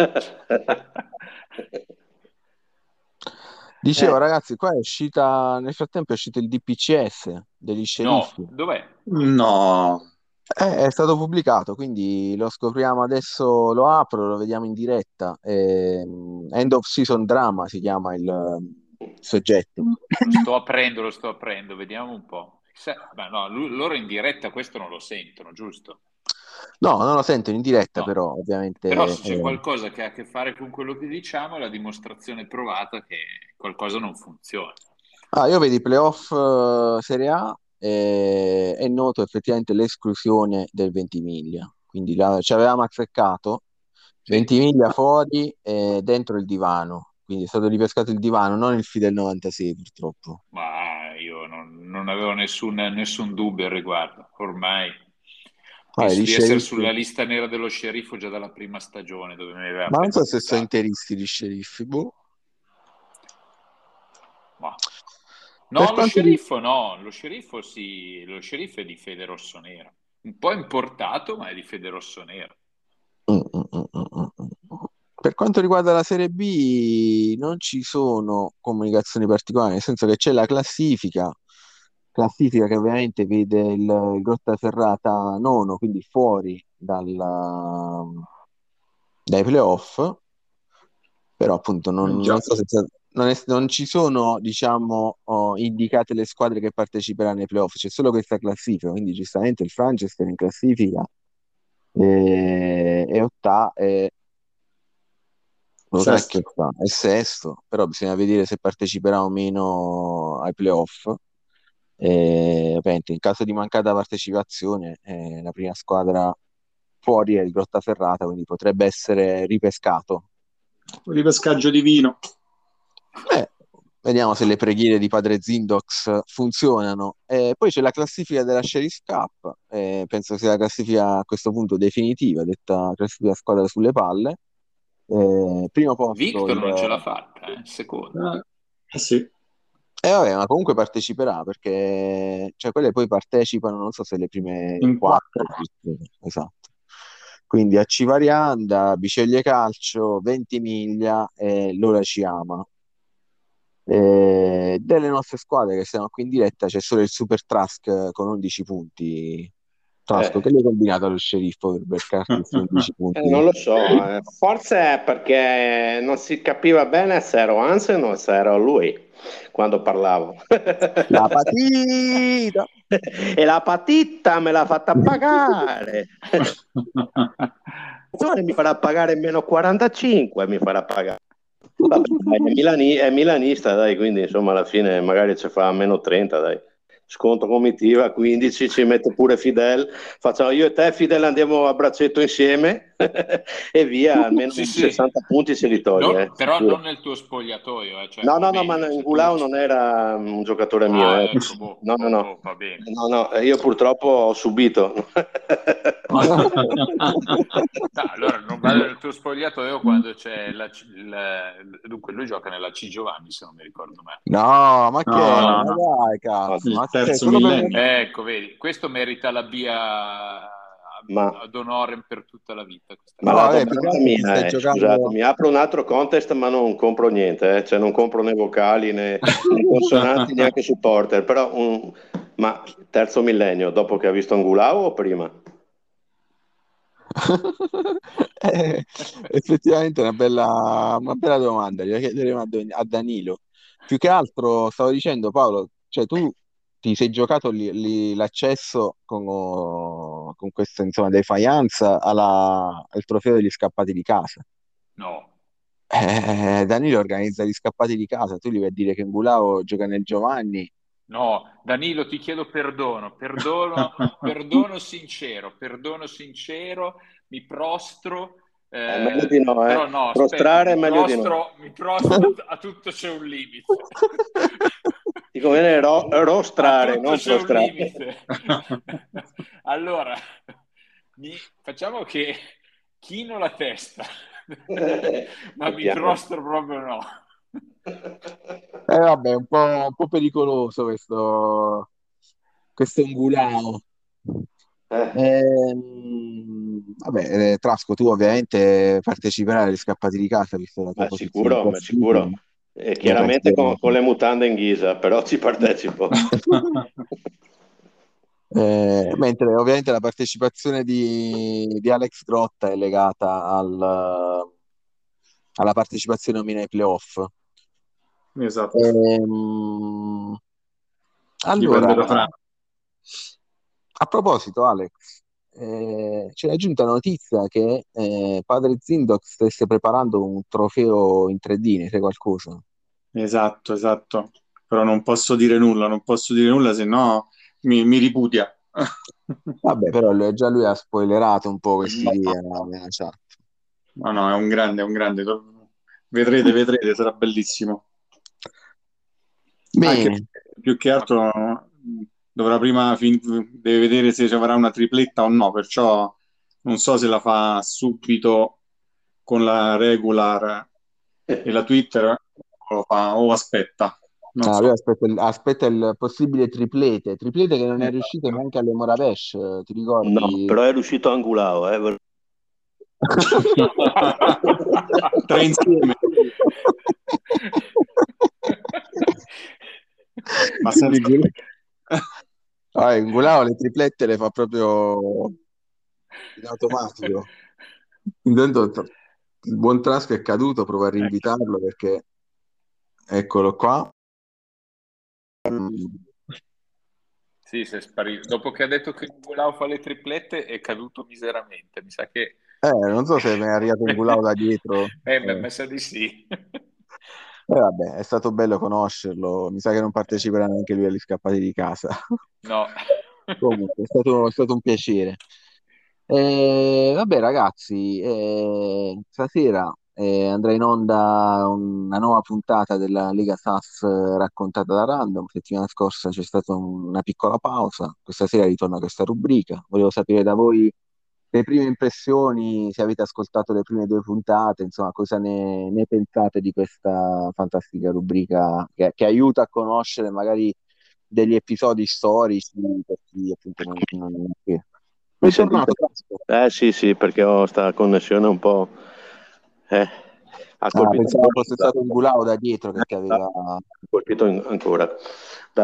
[SPEAKER 3] dicevo,
[SPEAKER 5] Eh,
[SPEAKER 3] ragazzi, qua è uscita, nel frattempo è uscito il D P C S degli
[SPEAKER 1] No,
[SPEAKER 3] sceriffi.
[SPEAKER 1] dov'è?
[SPEAKER 2] No,
[SPEAKER 3] Eh, è stato pubblicato, quindi lo scopriamo adesso, lo apro, lo vediamo in diretta. Ehm, End of Season Drama si chiama il eh, soggetto.
[SPEAKER 1] Lo sto aprendo, lo sto aprendo, vediamo un po'. Se- ma no, lu- loro in diretta questo non lo sentono, giusto?
[SPEAKER 3] No, non lo sento in diretta,
[SPEAKER 1] No.
[SPEAKER 3] però
[SPEAKER 1] Però
[SPEAKER 3] ovviamente...
[SPEAKER 1] se c'è
[SPEAKER 3] eh,
[SPEAKER 1] qualcosa che ha a che fare con quello che diciamo, è la dimostrazione provata che qualcosa non funziona.
[SPEAKER 3] Ah, io vedo i playoff eh, Serie A e è noto effettivamente l'esclusione del Ventimiglia. Quindi la- ci avevamo azzeccato,
[SPEAKER 1] Sì.
[SPEAKER 3] Ventimiglia fuori e dentro il divano. Quindi è stato ripescato il divano, non il Fidel novantasei purtroppo.
[SPEAKER 1] Ma io non, non avevo nessun, nessun dubbio al riguardo. Ormai
[SPEAKER 3] Vabbè,
[SPEAKER 1] penso
[SPEAKER 3] gli
[SPEAKER 1] di essere
[SPEAKER 3] sceriffi.
[SPEAKER 1] sulla lista nera dello sceriffo già dalla prima stagione dove mi aveva
[SPEAKER 3] Ma non so se sono
[SPEAKER 1] penalizzato.
[SPEAKER 3] interisti gli sceriffi, boh.
[SPEAKER 1] Ma-
[SPEAKER 3] Per
[SPEAKER 1] No, lo
[SPEAKER 3] quanto di...
[SPEAKER 1] sceriffo no, lo sceriffo sì, lo sceriffo è di fede rossonera. Un po' importato, ma è di fede rossonera.
[SPEAKER 3] Mm, mm, mm, mm, mm. Per quanto riguarda la Serie B, non ci sono comunicazioni particolari, nel senso che c'è la classifica, classifica che ovviamente vede il, il Grottaferrata nono, quindi fuori dalla- dai playoff, però appunto
[SPEAKER 2] eh
[SPEAKER 3] non,
[SPEAKER 2] già.
[SPEAKER 3] non so se non, è- non ci sono, diciamo, oh, indicate le squadre che parteciperanno ai playoff, c'è solo questa classifica, quindi giustamente il Franchester in classifica è, è otta- è lo
[SPEAKER 2] Sesto.
[SPEAKER 3] cacchio sta, è sesto, però bisogna vedere se parteciperà o meno ai playoff. E, ovviamente, in caso di mancata partecipazione, eh, la prima squadra fuori è il Grottaferrata, quindi potrebbe essere ripescato.
[SPEAKER 2] Ripescaggio divino.
[SPEAKER 3] Eh, vediamo se le preghiere di padre Zindox funzionano. E poi c'è la classifica della Sheriff Cup, eh, penso sia la classifica a questo punto definitiva, detta classifica squadra sulle palle. Eh, primo posto
[SPEAKER 1] Victor
[SPEAKER 3] il,
[SPEAKER 1] non ce l'ha fatta, eh, secondo.
[SPEAKER 2] Eh, eh sì.
[SPEAKER 3] Eh vabbè, ma comunque parteciperà perché cioè, quelle poi partecipano, non so se le prime
[SPEAKER 2] In
[SPEAKER 3] quattro,
[SPEAKER 2] quattro.
[SPEAKER 3] esatto. Quindi a Civarianda, Biceglie Calcio, Ventimiglia e L'Ora ci ama. E delle nostre squadre che siamo qui in diretta c'è solo il Super Trask con undici punti. Trasco,
[SPEAKER 5] eh.
[SPEAKER 3] che l'hai combinato allo sceriffo per beccarti questi undici
[SPEAKER 5] Eh,
[SPEAKER 3] punti?
[SPEAKER 5] non lo so, eh. Forse è perché non si capiva bene se ero Hansen o se ero lui quando parlavo.
[SPEAKER 3] La partita!
[SPEAKER 5] E la patita me l'ha fatta pagare. Mi farà pagare meno quarantacinque, mi farà pagare. Vabbè, dai, è, milani- è milanista, dai, quindi insomma alla fine magari ci fa meno trenta, dai. Sconto comitiva, quindici, ci mette pure Fidel. Facciamo io e te, Fidel, andiamo a braccetto insieme e via, almeno
[SPEAKER 1] Sì, sì.
[SPEAKER 5] sessanta punti se li toglie.
[SPEAKER 1] No,
[SPEAKER 5] eh,
[SPEAKER 1] però
[SPEAKER 5] sicuro.
[SPEAKER 1] non nel tuo spogliatoio, eh, cioè
[SPEAKER 5] No,
[SPEAKER 1] va
[SPEAKER 5] no, no, ma
[SPEAKER 1] bene, se tu...
[SPEAKER 5] Ngulau non era un giocatore mio.
[SPEAKER 1] Ah,
[SPEAKER 5] Eh.
[SPEAKER 1] ecco, boh,
[SPEAKER 5] No, no,
[SPEAKER 1] boh,
[SPEAKER 5] no.
[SPEAKER 1] boh, va bene.
[SPEAKER 5] No, no, io purtroppo ho subito.
[SPEAKER 1] No, allora non vale nel tuo spogliatoio quando c'è la, C- la- dunque lui gioca nella C Giovanni se non mi ricordo male.
[SPEAKER 3] No, ma che?
[SPEAKER 2] No, no,
[SPEAKER 3] Ma
[SPEAKER 2] no.
[SPEAKER 3] dai, cazzo,
[SPEAKER 2] Il
[SPEAKER 3] ma che?
[SPEAKER 2] terzo
[SPEAKER 3] Solo per...
[SPEAKER 2] millennio.
[SPEAKER 1] Ecco, vedi, questo merita la via
[SPEAKER 5] Ma,
[SPEAKER 1] ad honorem per tutta la vita questa
[SPEAKER 5] ma
[SPEAKER 3] No,
[SPEAKER 5] la
[SPEAKER 1] cosa.
[SPEAKER 3] vabbè, più che
[SPEAKER 5] domanda
[SPEAKER 3] altro ti
[SPEAKER 5] mia
[SPEAKER 3] stai
[SPEAKER 5] è,
[SPEAKER 3] giocando.
[SPEAKER 5] scusatemi, apro un altro contest ma non compro niente, eh, cioè non compro né vocali né, né consonanti neanche supporter, però un, ma terzo millennio, dopo che ha visto Angulao o prima?
[SPEAKER 3] Eh, effettivamente è una bella, una bella domanda, gliela chiederemo a, Don- a Danilo. Più che altro, stavo dicendo, Paolo, cioè tu ti sei giocato li- li- l'accesso con, con questa, insomma, defiance alla- al trofeo degli scappati di casa.
[SPEAKER 1] No,
[SPEAKER 3] Eh, Danilo organizza gli scappati di casa, tu gli vai a dire che Ngulao gioca nel Giovanni.
[SPEAKER 1] no, Danilo, ti chiedo perdono, perdono, perdono sincero, perdono sincero, mi prostro,
[SPEAKER 5] È meglio
[SPEAKER 1] eh,
[SPEAKER 5] di no, eh.
[SPEAKER 1] però no, aspetta,
[SPEAKER 5] Prostrare è
[SPEAKER 1] mi
[SPEAKER 5] meglio di no.
[SPEAKER 1] prostro, mi prostro, a tutto c'è un limite.
[SPEAKER 5] Ti conviene ro-
[SPEAKER 1] A
[SPEAKER 5] rostrare,
[SPEAKER 1] tutto
[SPEAKER 5] non
[SPEAKER 1] c'è un
[SPEAKER 5] prostrare.
[SPEAKER 1] limite. Allora, mi- facciamo che chino la testa, ma mi
[SPEAKER 5] Sappiamo.
[SPEAKER 1] prostro proprio no.
[SPEAKER 3] Eh, vabbè, è un po', un po' pericoloso questo, questo Ngulao.
[SPEAKER 5] Eh,
[SPEAKER 3] Ehm, vabbè, eh, Trasco, tu ovviamente parteciperai agli scappati di casa, visto la tua
[SPEAKER 5] ma
[SPEAKER 3] posizione in
[SPEAKER 5] sicuro, ma
[SPEAKER 3] classifica.
[SPEAKER 5] sicuro. E
[SPEAKER 3] Verrai
[SPEAKER 5] chiaramente con, con
[SPEAKER 3] sicuramente.
[SPEAKER 5] le mutande in ghisa, però ci partecipo.
[SPEAKER 3] Eh, mentre ovviamente la partecipazione di, di Alex Grotta è legata al- alla partecipazione o meno ai playoff.
[SPEAKER 2] Esatto,
[SPEAKER 3] Ehm, allora,
[SPEAKER 2] dipende da Franco.
[SPEAKER 3] a proposito, Alex, eh, c'è giunta la notizia che eh, padre Zindox stesse preparando un trofeo in tre D, ne sai qualcosa?
[SPEAKER 2] Esatto, esatto. Però non posso dire nulla, non posso dire nulla, se no mi, mi ripudia.
[SPEAKER 3] Vabbè, però lui- già lui ha spoilerato un po' questi
[SPEAKER 2] No,
[SPEAKER 3] idea nella chat.
[SPEAKER 2] no, no, è un grande, è un grande. Vedrete, vedrete, sarà bellissimo. Anche
[SPEAKER 3] Bene,
[SPEAKER 2] più che altro mh, dovrà prima fin- deve vedere se ci avrà una tripletta o no, perciò non so se la fa subito con la regular e la Twitter o, lo fa, o aspetta, non
[SPEAKER 3] ah, lui
[SPEAKER 2] so.
[SPEAKER 3] aspetta il, aspetta il possibile triplete, triplete che non è riuscito
[SPEAKER 2] Esatto.
[SPEAKER 3] neanche alle Moravesh, ti
[SPEAKER 5] No,
[SPEAKER 3] ricordi?
[SPEAKER 5] però è riuscito Angulao, eh. ve-
[SPEAKER 2] Tre insieme, ma
[SPEAKER 3] Quindi
[SPEAKER 2] senza...
[SPEAKER 3] Gul- ah, Ngulao le triplette le fa proprio in automatico. Intanto t- il buon Trasco è caduto, provo a
[SPEAKER 2] Ecco.
[SPEAKER 3] rinvitarlo perché eccolo qua.
[SPEAKER 1] Sì, si è sparito. Dopo che ha detto che Nicolau fa le triplette è caduto miseramente. Mi sa che...
[SPEAKER 3] Eh, non so se mi è arrivato Ngulao da dietro.
[SPEAKER 1] Eh, mi
[SPEAKER 3] Eh.
[SPEAKER 1] mi sa di sì.
[SPEAKER 3] Eh, vabbè, è stato bello conoscerlo. Mi sa che non parteciperà neanche lui agli scappati di casa.
[SPEAKER 1] No.
[SPEAKER 3] Comunque, è stato, è stato un piacere. Eh, vabbè, ragazzi, eh, stasera eh, andrà in onda una nuova puntata della Lega S A S eh, raccontata da Random. Settimana scorsa c'è stata un- una piccola pausa. Questa sera ritorna questa rubrica. Volevo sapere da voi le prime impressioni, se avete ascoltato le prime due puntate, insomma, cosa ne, ne pensate di questa fantastica rubrica che, che aiuta a conoscere magari degli episodi storici per chi appunto non, non non è qui.
[SPEAKER 5] Mi
[SPEAKER 3] Bentornato,
[SPEAKER 5] sentite?
[SPEAKER 3] Vasco.
[SPEAKER 5] Eh sì, sì, perché ho sta connessione un po'... Eh, ha
[SPEAKER 3] Ah,
[SPEAKER 5] colpito
[SPEAKER 3] pensavo
[SPEAKER 5] ancora.
[SPEAKER 3] fosse stato un Gulao da dietro che ti
[SPEAKER 5] Ha
[SPEAKER 3] aveva
[SPEAKER 5] colpito in- ancora. Da-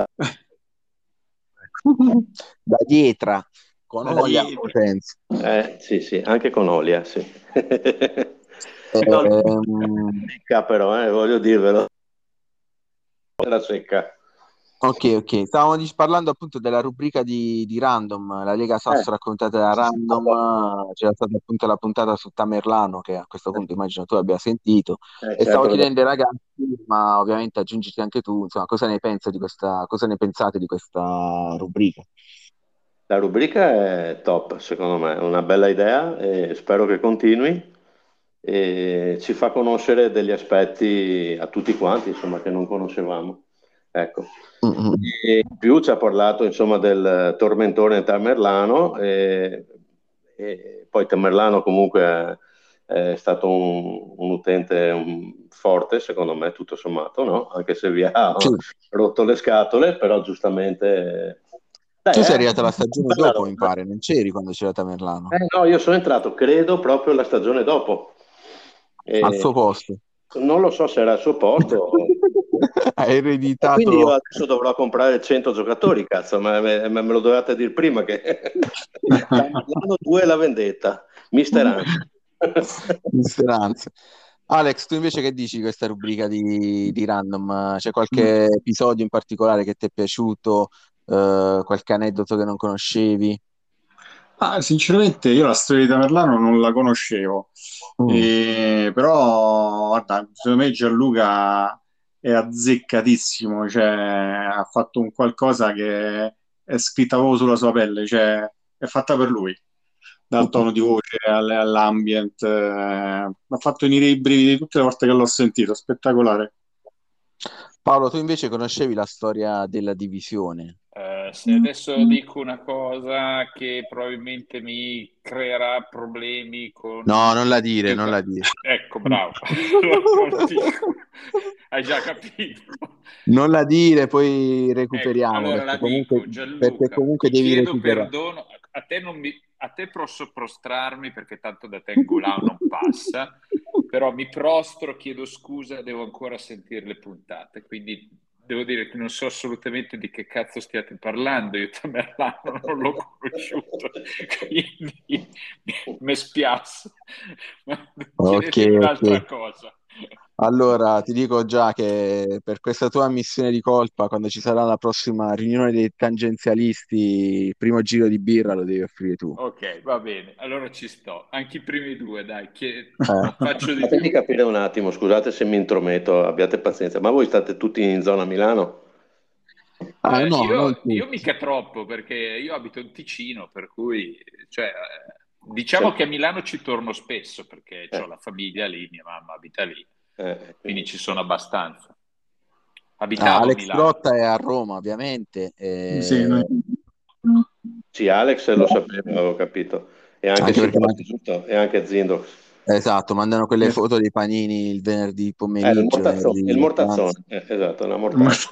[SPEAKER 3] da dietro, con
[SPEAKER 2] Da
[SPEAKER 3] Olia
[SPEAKER 2] dietro.
[SPEAKER 3] Potenza.
[SPEAKER 5] Eh, sì, sì, anche con Olia, sì. No,
[SPEAKER 3] Ehm,
[SPEAKER 5] secca però, eh, voglio dirvelo. Era secca.
[SPEAKER 3] ok, ok. Stavamo dis- parlando appunto della rubrica di, di Random, la Lega
[SPEAKER 5] Eh,
[SPEAKER 3] Sasso raccontata da Random. eh, C'era stata appunto la puntata su Tamerlano, che a questo punto immagino tu abbia sentito.
[SPEAKER 5] eh,
[SPEAKER 3] E stavo
[SPEAKER 5] certo che
[SPEAKER 3] chiedendo ai ragazzi, ma ovviamente aggiungiti anche tu, insomma, cosa ne pensi di questa, cosa ne pensate di questa rubrica?
[SPEAKER 5] la rubrica è top, secondo me, è una bella idea e spero che continui e ci fa conoscere degli aspetti a tutti quanti, insomma, che non conoscevamo. Ecco.
[SPEAKER 3] Mm, mm.
[SPEAKER 5] E in più ci ha parlato, insomma, del tormentone Tamerlano e, e poi Tamerlano comunque è, è stato un, un utente um, forte, secondo me, tutto sommato, no? Anche se vi ha
[SPEAKER 3] Sì.
[SPEAKER 5] rotto le scatole, però giustamente Dai,
[SPEAKER 3] Tu sei
[SPEAKER 5] eh,
[SPEAKER 3] arrivato alla stagione dopo,
[SPEAKER 5] Tamerlano.
[SPEAKER 3] mi pare, non c'eri quando c'era Tamerlano.
[SPEAKER 5] Eh, no, io sono entrato, credo, proprio la stagione dopo.
[SPEAKER 3] Al suo
[SPEAKER 5] E
[SPEAKER 3] posto.
[SPEAKER 5] non lo so se era al suo posto.
[SPEAKER 3] Hai
[SPEAKER 5] E quindi io
[SPEAKER 3] ereditato.
[SPEAKER 5] adesso dovrò comprare cento giocatori, cazzo, ma me, me- me lo dovete dire prima che l'anno due la vendetta, Mister Anzi.
[SPEAKER 3] In speranza. Alex, tu invece che dici di questa rubrica di, di random? C'è qualche episodio in particolare che ti è piaciuto? Eh, qualche aneddoto che non conoscevi?
[SPEAKER 2] Ah, sinceramente io la storia di Tamerlano non la conoscevo.
[SPEAKER 3] Mm.
[SPEAKER 2] E- però guarda, secondo me Gianluca è azzeccatissimo, cioè ha fatto un qualcosa che è scritta proprio sulla sua pelle, cioè è fatta per lui, dal tono di voce all- all'ambient, eh, mi ha fatto venire i brividi tutte le volte che l'ho sentito, spettacolare.
[SPEAKER 3] Paolo, tu invece conoscevi la storia della divisione?
[SPEAKER 1] Eh, se adesso dico una cosa che probabilmente mi creerà problemi
[SPEAKER 3] No,
[SPEAKER 1] con
[SPEAKER 3] non la dire, non la
[SPEAKER 1] gioca-
[SPEAKER 3] dire.
[SPEAKER 1] Ecco, bravo. Allora non lo dico. Hai già capito.
[SPEAKER 3] Non la dire, poi
[SPEAKER 1] Ecco,
[SPEAKER 3] recuperiamo,
[SPEAKER 1] allora la
[SPEAKER 3] perché comunque,
[SPEAKER 1] dico,
[SPEAKER 3] perché
[SPEAKER 1] Gianluca,
[SPEAKER 3] comunque
[SPEAKER 1] ti
[SPEAKER 3] devi
[SPEAKER 1] chiedo
[SPEAKER 3] recuperare.
[SPEAKER 1] perdono, a te, non mi, a te posso prostrarmi perché tanto da te il Goulart non passa, però mi prostro, chiedo scusa, devo ancora sentire le puntate, quindi devo dire che non so assolutamente di che cazzo stiate parlando, io Tamerlano non l'ho conosciuto, quindi mi spiace, ma
[SPEAKER 3] Ok,
[SPEAKER 1] chiedetemi un'altra
[SPEAKER 3] ok.
[SPEAKER 1] cosa.
[SPEAKER 3] Allora, ti dico già che per questa tua ammissione di colpa, quando ci sarà la prossima riunione dei tangenzialisti, il primo giro di birra lo devi offrire tu.
[SPEAKER 1] Ok, va bene, allora ci sto. Anche i primi due, dai, che
[SPEAKER 3] Eh.
[SPEAKER 1] faccio di
[SPEAKER 5] Fatemi
[SPEAKER 1] più.
[SPEAKER 5] capire un attimo, scusate se mi intrometto, abbiate pazienza, ma voi state tutti in zona Milano?
[SPEAKER 3] Ah,
[SPEAKER 1] Eh,
[SPEAKER 3] no, non
[SPEAKER 1] io, io
[SPEAKER 3] tutti.
[SPEAKER 1] mica troppo, perché io abito in Ticino, per cui, cioè, eh, diciamo
[SPEAKER 5] Sem-
[SPEAKER 1] che a Milano ci torno spesso, perché
[SPEAKER 5] eh,
[SPEAKER 1] ho la famiglia lì, mia mamma abita lì,
[SPEAKER 5] eh,
[SPEAKER 1] quindi
[SPEAKER 5] quindi-
[SPEAKER 1] ci sono abbastanza.
[SPEAKER 3] Ah,
[SPEAKER 1] Abitavo a
[SPEAKER 3] Alex
[SPEAKER 1] Milano.
[SPEAKER 3] Grotta è a Roma, ovviamente.
[SPEAKER 2] Sì,
[SPEAKER 3] eh,
[SPEAKER 2] noi-
[SPEAKER 5] Sì, Alex lo sapevo, avevo capito. E anche
[SPEAKER 3] anche perché
[SPEAKER 5] Sidotto,
[SPEAKER 3] man-
[SPEAKER 5] giusto? E anche Zindox.
[SPEAKER 3] esatto, mandano quelle foto dei panini il venerdì
[SPEAKER 5] Eh, il
[SPEAKER 3] pomeriggio,
[SPEAKER 5] mortazzone, il
[SPEAKER 3] venerdì pranzo.
[SPEAKER 5] mortazzone, eh, esatto, la mortazza.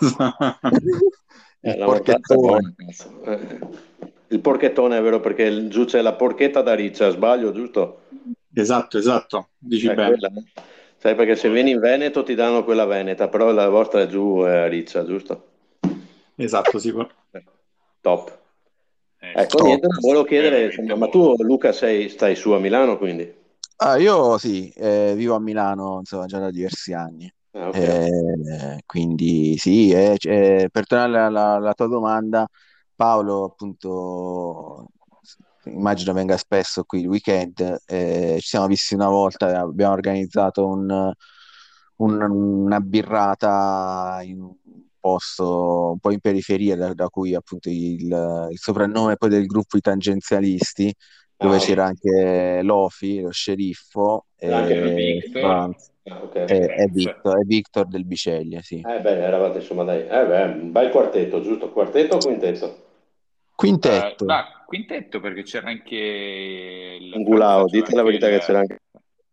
[SPEAKER 5] Eh,
[SPEAKER 3] Il
[SPEAKER 5] la mortazza è
[SPEAKER 3] porchettone.
[SPEAKER 5] buona, cazzo. Eh. Il porchettone è vero perché il- giù c'è la porchetta da riccia, sbaglio, giusto?
[SPEAKER 2] Esatto, esatto, dici
[SPEAKER 5] È
[SPEAKER 2] bene.
[SPEAKER 5] quella, eh? Sai perché se vieni in Veneto ti danno quella veneta, però la vostra è giù è riccia, giusto?
[SPEAKER 2] Esatto, sì.
[SPEAKER 5] Eh, Top.
[SPEAKER 1] Eh sì,
[SPEAKER 5] Ecco, niente,
[SPEAKER 3] Top.
[SPEAKER 5] no, volevo chiedere,
[SPEAKER 1] veramente
[SPEAKER 5] insomma, ma
[SPEAKER 1] buono.
[SPEAKER 5] tu Luca sei, stai su a Milano quindi?
[SPEAKER 3] Ah, io sì, eh, vivo a Milano, insomma, già da diversi anni.
[SPEAKER 5] Ah, ok.
[SPEAKER 3] Eh, quindi sì, eh, eh, per tornare alla, alla tua domanda, Paolo, appunto, immagino venga spesso qui il weekend. Eh, ci siamo visti una volta, abbiamo organizzato un- un- una birrata in un posto un po' in periferia, da, da cui appunto il, il soprannome poi del gruppo I Tangenzialisti, dove
[SPEAKER 5] Ah, ok.
[SPEAKER 3] c'era anche Lofi, lo sceriffo,
[SPEAKER 5] Anche
[SPEAKER 1] E
[SPEAKER 3] e
[SPEAKER 1] Victor,
[SPEAKER 3] Franz
[SPEAKER 5] ah, ok.
[SPEAKER 3] e, e
[SPEAKER 1] Franz.
[SPEAKER 3] Victor, e Victor del Biceglie, sì.
[SPEAKER 5] Eh beh, eravate insomma dai, eh beh, un bel quartetto, giusto? Quartetto o quintetto?
[SPEAKER 1] Eh,
[SPEAKER 3] Quintetto.
[SPEAKER 1] ma quintetto perché c'era anche il
[SPEAKER 5] Ungulao,
[SPEAKER 1] Franza, c'era
[SPEAKER 5] dite la
[SPEAKER 1] anche
[SPEAKER 5] verità che c'era
[SPEAKER 1] il...
[SPEAKER 5] anche...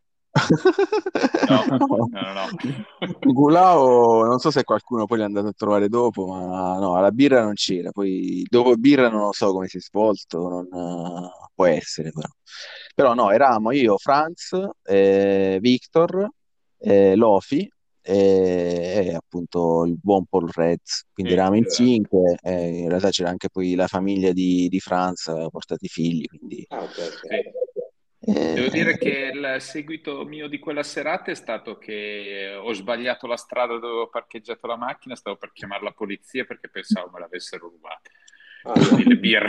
[SPEAKER 1] No,
[SPEAKER 3] No.
[SPEAKER 1] no, no, no.
[SPEAKER 3] Gulao, non so se qualcuno poi l'è andato a trovare dopo, ma no, la birra non c'era. Poi dopo birra non lo so come si è svolto, non, eh, può essere però. Però no, eravamo io, Franz, eh, Victor, eh, Lofi e, e appunto il buon Paul Reds. Quindi
[SPEAKER 1] Sì,
[SPEAKER 3] eravamo in
[SPEAKER 1] esatto.
[SPEAKER 3] cinque, e in realtà c'era anche poi la famiglia di, di Franz, aveva portato i figli, quindi...
[SPEAKER 5] Ah, ok, ok.
[SPEAKER 1] Sì. Devo
[SPEAKER 3] eh,
[SPEAKER 1] dire che il seguito mio di quella serata è stato che ho sbagliato la strada dove ho parcheggiato la macchina, stavo per chiamare la polizia perché pensavo me l'avessero rubata.
[SPEAKER 5] Ah,
[SPEAKER 1] Quindi
[SPEAKER 5] no.
[SPEAKER 1] le birre,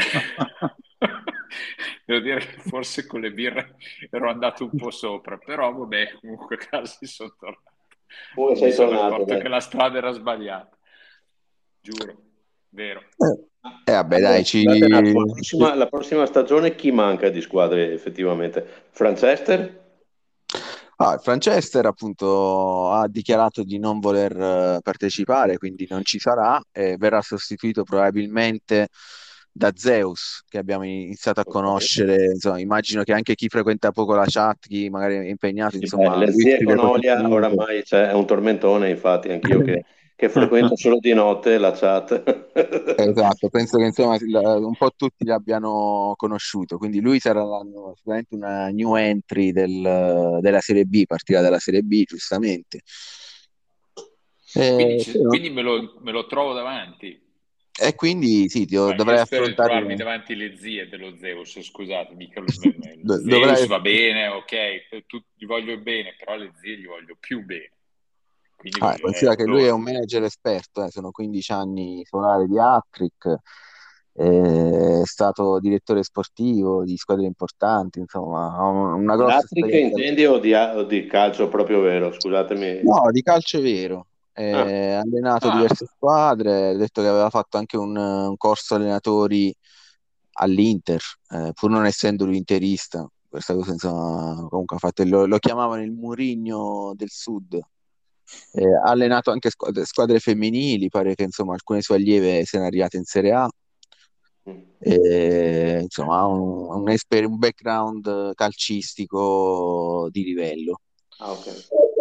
[SPEAKER 1] devo dire che forse con le birre ero andato un po' sopra, però vabbè, comunque a casa sono tornato.
[SPEAKER 5] Comunque
[SPEAKER 1] Mi
[SPEAKER 5] sei
[SPEAKER 1] sono
[SPEAKER 5] tornato,
[SPEAKER 1] accorto
[SPEAKER 5] dai.
[SPEAKER 1] che la strada era sbagliata, giuro, vero.
[SPEAKER 3] eh, eh, vabbè,
[SPEAKER 5] Allora,
[SPEAKER 3] dai, ci...
[SPEAKER 5] scusate un attimo, la prossima, la prossima stagione chi manca di squadre effettivamente? Franchester?
[SPEAKER 3] Ah, il Franchester appunto ha dichiarato di non voler eh, partecipare, quindi non ci sarà e verrà sostituito probabilmente da Zeus, che abbiamo iniziato a
[SPEAKER 5] Ok.
[SPEAKER 3] conoscere. Insomma, immagino che anche chi frequenta poco la chat, chi magari è impegnato,
[SPEAKER 5] Sì, beh,
[SPEAKER 3] insomma,
[SPEAKER 5] le
[SPEAKER 3] lui
[SPEAKER 5] zie
[SPEAKER 3] scrive
[SPEAKER 5] con
[SPEAKER 3] così
[SPEAKER 5] Olia
[SPEAKER 3] comunque.
[SPEAKER 5] oramai cioè, è un tormentone, infatti, anch'io che che frequento solo di notte la chat.
[SPEAKER 3] Esatto, penso che insomma la- un po' tutti l'abbiano conosciuto, quindi lui sarà l'anno- sicuramente una new entry del- della Serie B, partirà dalla Serie B, giustamente.
[SPEAKER 1] Quindi,
[SPEAKER 3] Eh,
[SPEAKER 1] ci-
[SPEAKER 3] però-
[SPEAKER 1] quindi me lo, me lo trovo davanti.
[SPEAKER 3] e quindi sì, ti-
[SPEAKER 1] Ma io
[SPEAKER 3] dovrai
[SPEAKER 1] spero di
[SPEAKER 3] affrontare,
[SPEAKER 1] trovarmi davanti le zie dello Zeus, scusate, mica lo, me- me- lo
[SPEAKER 3] do-
[SPEAKER 1] Zeus
[SPEAKER 3] dovrai,
[SPEAKER 1] va bene, ok, tu, gli voglio bene, però le zie gli voglio più bene. Quindi
[SPEAKER 3] ah,
[SPEAKER 1] voglio, eh,
[SPEAKER 3] considera che lui è un
[SPEAKER 1] allora,
[SPEAKER 3] manager esperto, eh, sono quindici anni solari di Hat-Trick, eh, è stato direttore sportivo di squadre importanti, insomma, ha un- una
[SPEAKER 5] Di
[SPEAKER 3] grossa
[SPEAKER 5] Attrica
[SPEAKER 3] esperienza.
[SPEAKER 5] intendi o di, o di calcio proprio vero? Scusatemi.
[SPEAKER 3] No, di calcio vero.
[SPEAKER 5] Ah,
[SPEAKER 3] Eh, ha allenato
[SPEAKER 1] ah,
[SPEAKER 3] diverse squadre, ha detto che aveva fatto anche un, un corso allenatori all'Inter, eh, pur non essendo lui interista. Questa cosa, insomma, comunque ha fatto, lo, lo chiamavano il Mourinho del Sud. Eh, ha allenato anche squadre, squadre femminili, pare che insomma alcune sue allieve siano arrivate in Serie A.
[SPEAKER 5] mm,
[SPEAKER 3] Eh, insomma, ha un, un, esper- un background calcistico di livello.
[SPEAKER 5] ah, ok.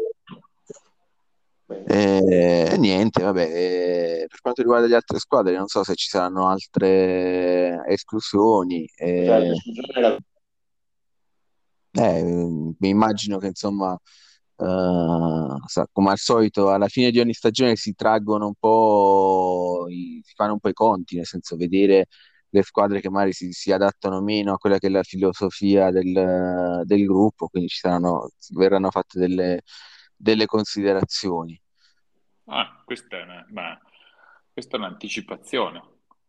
[SPEAKER 5] Bene.
[SPEAKER 3] E, e niente, vabbè, eh, per quanto riguarda le altre squadre, non so se ci saranno altre esclusioni.
[SPEAKER 5] Cos'è la
[SPEAKER 3] eh,
[SPEAKER 5] discussione? Era-
[SPEAKER 3] eh, mi immagino che insomma, eh, sa- come al solito, alla fine di ogni stagione si traggono un po', i- si fanno un po' i conti, nel senso vedere le squadre che magari si, si adattano meno a quella che è la filosofia del, del gruppo, quindi ci saranno, verranno fatte delle, delle considerazioni.
[SPEAKER 1] ah, questa è una, ma questa è un'anticipazione,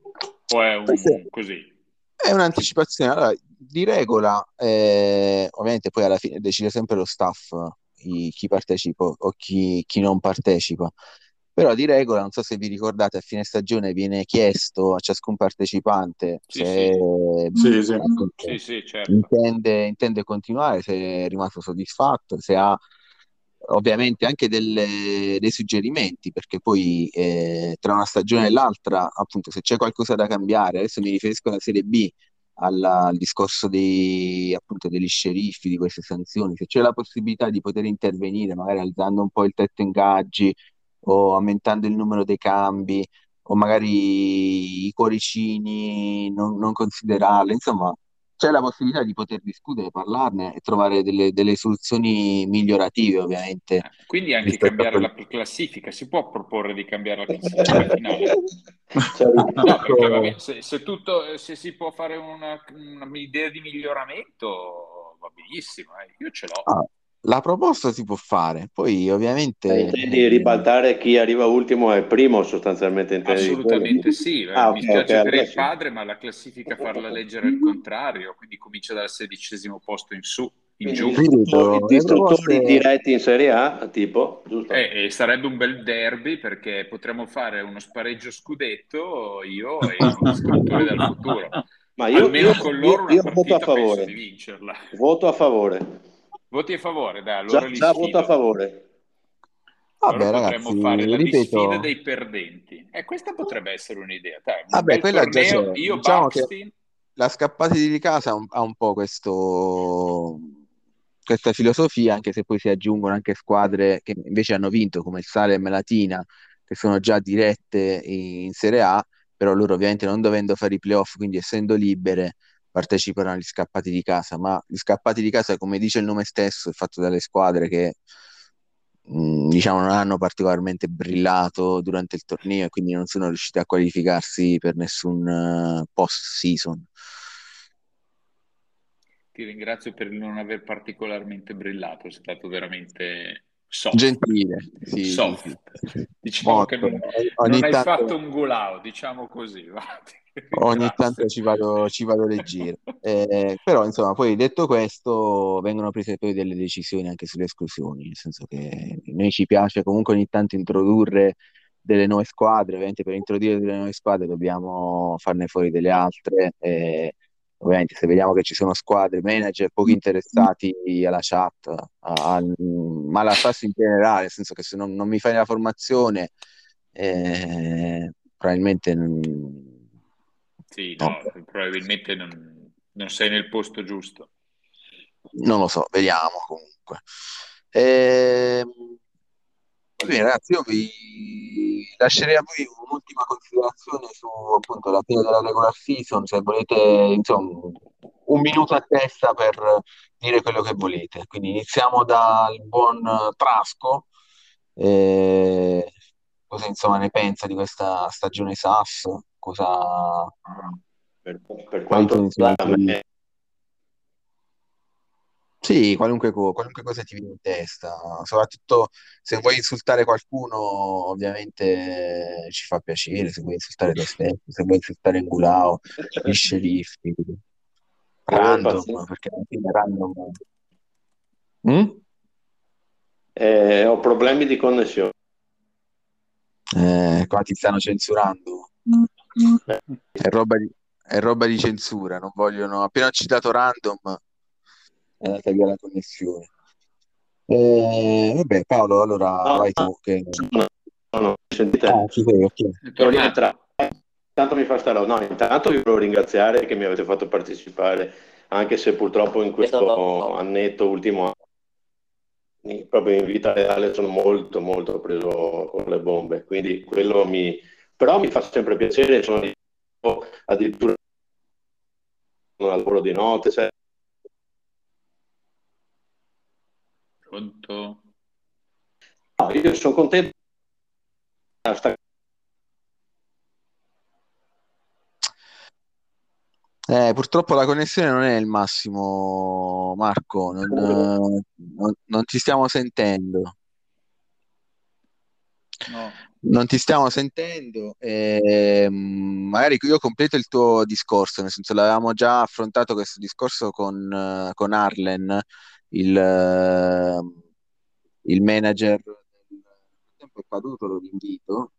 [SPEAKER 1] o è
[SPEAKER 3] Questo
[SPEAKER 1] un così?
[SPEAKER 3] è un'anticipazione. Allora, di regola, eh, ovviamente poi alla fine decide sempre lo staff, i- chi partecipa o chi, chi non partecipa. Però di regola, non so se vi ricordate, a fine stagione viene chiesto a ciascun partecipante
[SPEAKER 1] Sì,
[SPEAKER 3] se
[SPEAKER 1] sì,
[SPEAKER 2] Sì, sì.
[SPEAKER 1] sì,
[SPEAKER 3] appunto,
[SPEAKER 1] sì, certo.
[SPEAKER 3] intende, intende continuare, se è rimasto soddisfatto, se ha ovviamente anche delle- dei suggerimenti, perché poi eh, tra una stagione e l'altra, appunto, se c'è qualcosa da cambiare, adesso mi riferisco alla Serie B, alla- al discorso dei, appunto, degli sceriffi, di queste sanzioni, se c'è la possibilità di poter intervenire, magari alzando un po' il tetto ingaggi o aumentando il numero dei cambi, o magari i cuoricini non, non considerarli, insomma, c'è la possibilità di poter discutere, parlarne e trovare delle, delle soluzioni migliorative, ovviamente,
[SPEAKER 1] Eh, Quindi anche
[SPEAKER 3] rispetto a
[SPEAKER 1] cambiare
[SPEAKER 3] quelle.
[SPEAKER 1] la classifica, si può proporre di cambiare la classifica finale?
[SPEAKER 5] Cioè,
[SPEAKER 1] No, perché va
[SPEAKER 3] Questo-
[SPEAKER 1] bene, se, se tutto, se si può fare una, un'idea di miglioramento, va benissimo, eh, io ce l'ho.
[SPEAKER 3] ah, la proposta si può fare, poi
[SPEAKER 5] cioè,
[SPEAKER 3] ovviamente
[SPEAKER 5] intendi
[SPEAKER 3] eh,
[SPEAKER 5] ribaltare chi arriva ultimo e primo, sostanzialmente intendi di quello?
[SPEAKER 1] Assolutamente sì, eh,
[SPEAKER 5] Ah,
[SPEAKER 1] mi
[SPEAKER 5] ok, ok,
[SPEAKER 1] spiace per il
[SPEAKER 5] adesso.
[SPEAKER 1] padre, ma la classifica farla leggere al contrario, quindi comincia dal sedicesimo posto in su, in
[SPEAKER 5] Quindi
[SPEAKER 1] giù,
[SPEAKER 5] istruttori,
[SPEAKER 3] ripeto, le
[SPEAKER 5] istruttori
[SPEAKER 3] proposte.
[SPEAKER 5] diretti in Serie A, tipo, giusto?
[SPEAKER 1] e, e sarebbe un bel derby perché potremmo fare uno spareggio scudetto, io e gli istruttori del futuro.
[SPEAKER 5] Ma io, io-
[SPEAKER 1] Almeno con
[SPEAKER 5] io-
[SPEAKER 1] loro una
[SPEAKER 5] io voto a
[SPEAKER 1] partita penso di
[SPEAKER 5] favore.
[SPEAKER 1] vincerla.
[SPEAKER 5] Voto a favore.
[SPEAKER 1] Voti a favore, dai,
[SPEAKER 5] Già,
[SPEAKER 1] allora li
[SPEAKER 5] già voto a
[SPEAKER 1] sfido.
[SPEAKER 5] favore.
[SPEAKER 1] Allora
[SPEAKER 3] Vabbè,
[SPEAKER 1] potremmo
[SPEAKER 3] ragazzi,
[SPEAKER 1] fare la disfida
[SPEAKER 3] ripeto,
[SPEAKER 1] dei perdenti. E questa potrebbe essere un'idea. Dai, un
[SPEAKER 3] vabbè,
[SPEAKER 1] bel
[SPEAKER 3] quella già c'è.
[SPEAKER 1] torneo, io
[SPEAKER 3] Diciamo che
[SPEAKER 1] Buxton.
[SPEAKER 3] la scappati di casa ha un, ha un po' questo, questa filosofia, anche se poi si aggiungono anche squadre che invece hanno vinto, come il Salem e Latina, che sono già dirette in Serie A, però loro ovviamente non dovendo fare i playoff, quindi essendo libere, partecipano agli scappati di casa. Ma gli scappati di casa, come dice il nome stesso, è fatto dalle squadre che mh, diciamo non hanno particolarmente brillato durante il torneo e quindi non sono riusciti a qualificarsi per nessun eh, post-season.
[SPEAKER 1] Ti ringrazio per non aver particolarmente brillato, è stato veramente soft.
[SPEAKER 3] Gentile, sì, sì, sì.
[SPEAKER 1] Soft. Diciamo che
[SPEAKER 3] Molto.
[SPEAKER 1] non,
[SPEAKER 3] Ogni,
[SPEAKER 1] non
[SPEAKER 3] ogni
[SPEAKER 1] hai fatto
[SPEAKER 3] tanto,
[SPEAKER 1] un goal out, diciamo così. Va, ti
[SPEAKER 3] ogni tanto
[SPEAKER 1] ringrazio.
[SPEAKER 3] ci vado, ci vado leggero. Eh, però, insomma, poi detto questo, vengono prese poi delle decisioni anche sulle esclusioni, nel senso che a noi ci piace comunque ogni tanto introdurre delle nuove squadre, ovviamente per introdurre delle nuove squadre dobbiamo farne fuori delle altre. E ovviamente se vediamo che ci sono squadre, manager pochi interessati alla chat, a- al- ma alla S A S in generale, nel senso che se non, non mi fai la formazione, eh, probabilmente non,
[SPEAKER 1] Sì,
[SPEAKER 3] no,
[SPEAKER 1] no, probabilmente non, non sei nel posto giusto.
[SPEAKER 3] non lo so, vediamo comunque. Ehm, va bene, ragazzi, io vi lascerei a voi un'ultima considerazione su appunto la fine della regular season, se volete, insomma, un minuto a testa per dire quello che volete. Quindi iniziamo dal buon eh, Trasco. Eh, cosa insomma ne pensa di questa stagione S A S? Cosa,
[SPEAKER 5] Per, per
[SPEAKER 3] quali sono
[SPEAKER 5] quanto
[SPEAKER 3] insomma, i
[SPEAKER 5] riguarda
[SPEAKER 3] tuoi-
[SPEAKER 5] me,
[SPEAKER 3] Sì, qualunque, co- qualunque cosa ti viene in testa, soprattutto se vuoi insultare qualcuno, ovviamente ci fa piacere, se vuoi insultare te stesso, se vuoi insultare Ngulao, gli sceriffi,
[SPEAKER 5] devo avere
[SPEAKER 3] random,
[SPEAKER 5] pazienza.
[SPEAKER 3] perché alla fine random... Mm?
[SPEAKER 5] Eh, ho problemi di connessione.
[SPEAKER 3] Eh, qua ti stanno censurando, è roba di, è roba di censura, non vogliono, appena ho citato random, è andata via la connessione. Eh, vabbè Paolo, allora
[SPEAKER 5] No,
[SPEAKER 3] vai tu, che...
[SPEAKER 5] no, no, no,
[SPEAKER 3] Ah,
[SPEAKER 5] sentite,
[SPEAKER 3] ci sei, ok.
[SPEAKER 1] È
[SPEAKER 5] sono
[SPEAKER 1] tornato.
[SPEAKER 5] rientrato. Intanto mi fa stare. No, intanto vi volevo ringraziare che mi avete fatto partecipare, anche se purtroppo in questo annetto ultimo anni, proprio in vita reale sono molto molto preso con le bombe, quindi quello mi, però mi fa sempre piacere, sono addirittura un lavoro di notte, cioè,
[SPEAKER 1] Pronto?
[SPEAKER 5] no, io sono contento. Sta-
[SPEAKER 3] Eh, purtroppo la connessione non è il massimo, Marco, non, eh, non- non ti stiamo sentendo.
[SPEAKER 1] No.
[SPEAKER 3] Non ti stiamo sentendo. E, mm, magari io completo il tuo discorso, nel senso l'avevamo già affrontato questo discorso con, eh, con Arlen, il, eh, il manager del tempo è caduto, lo invito.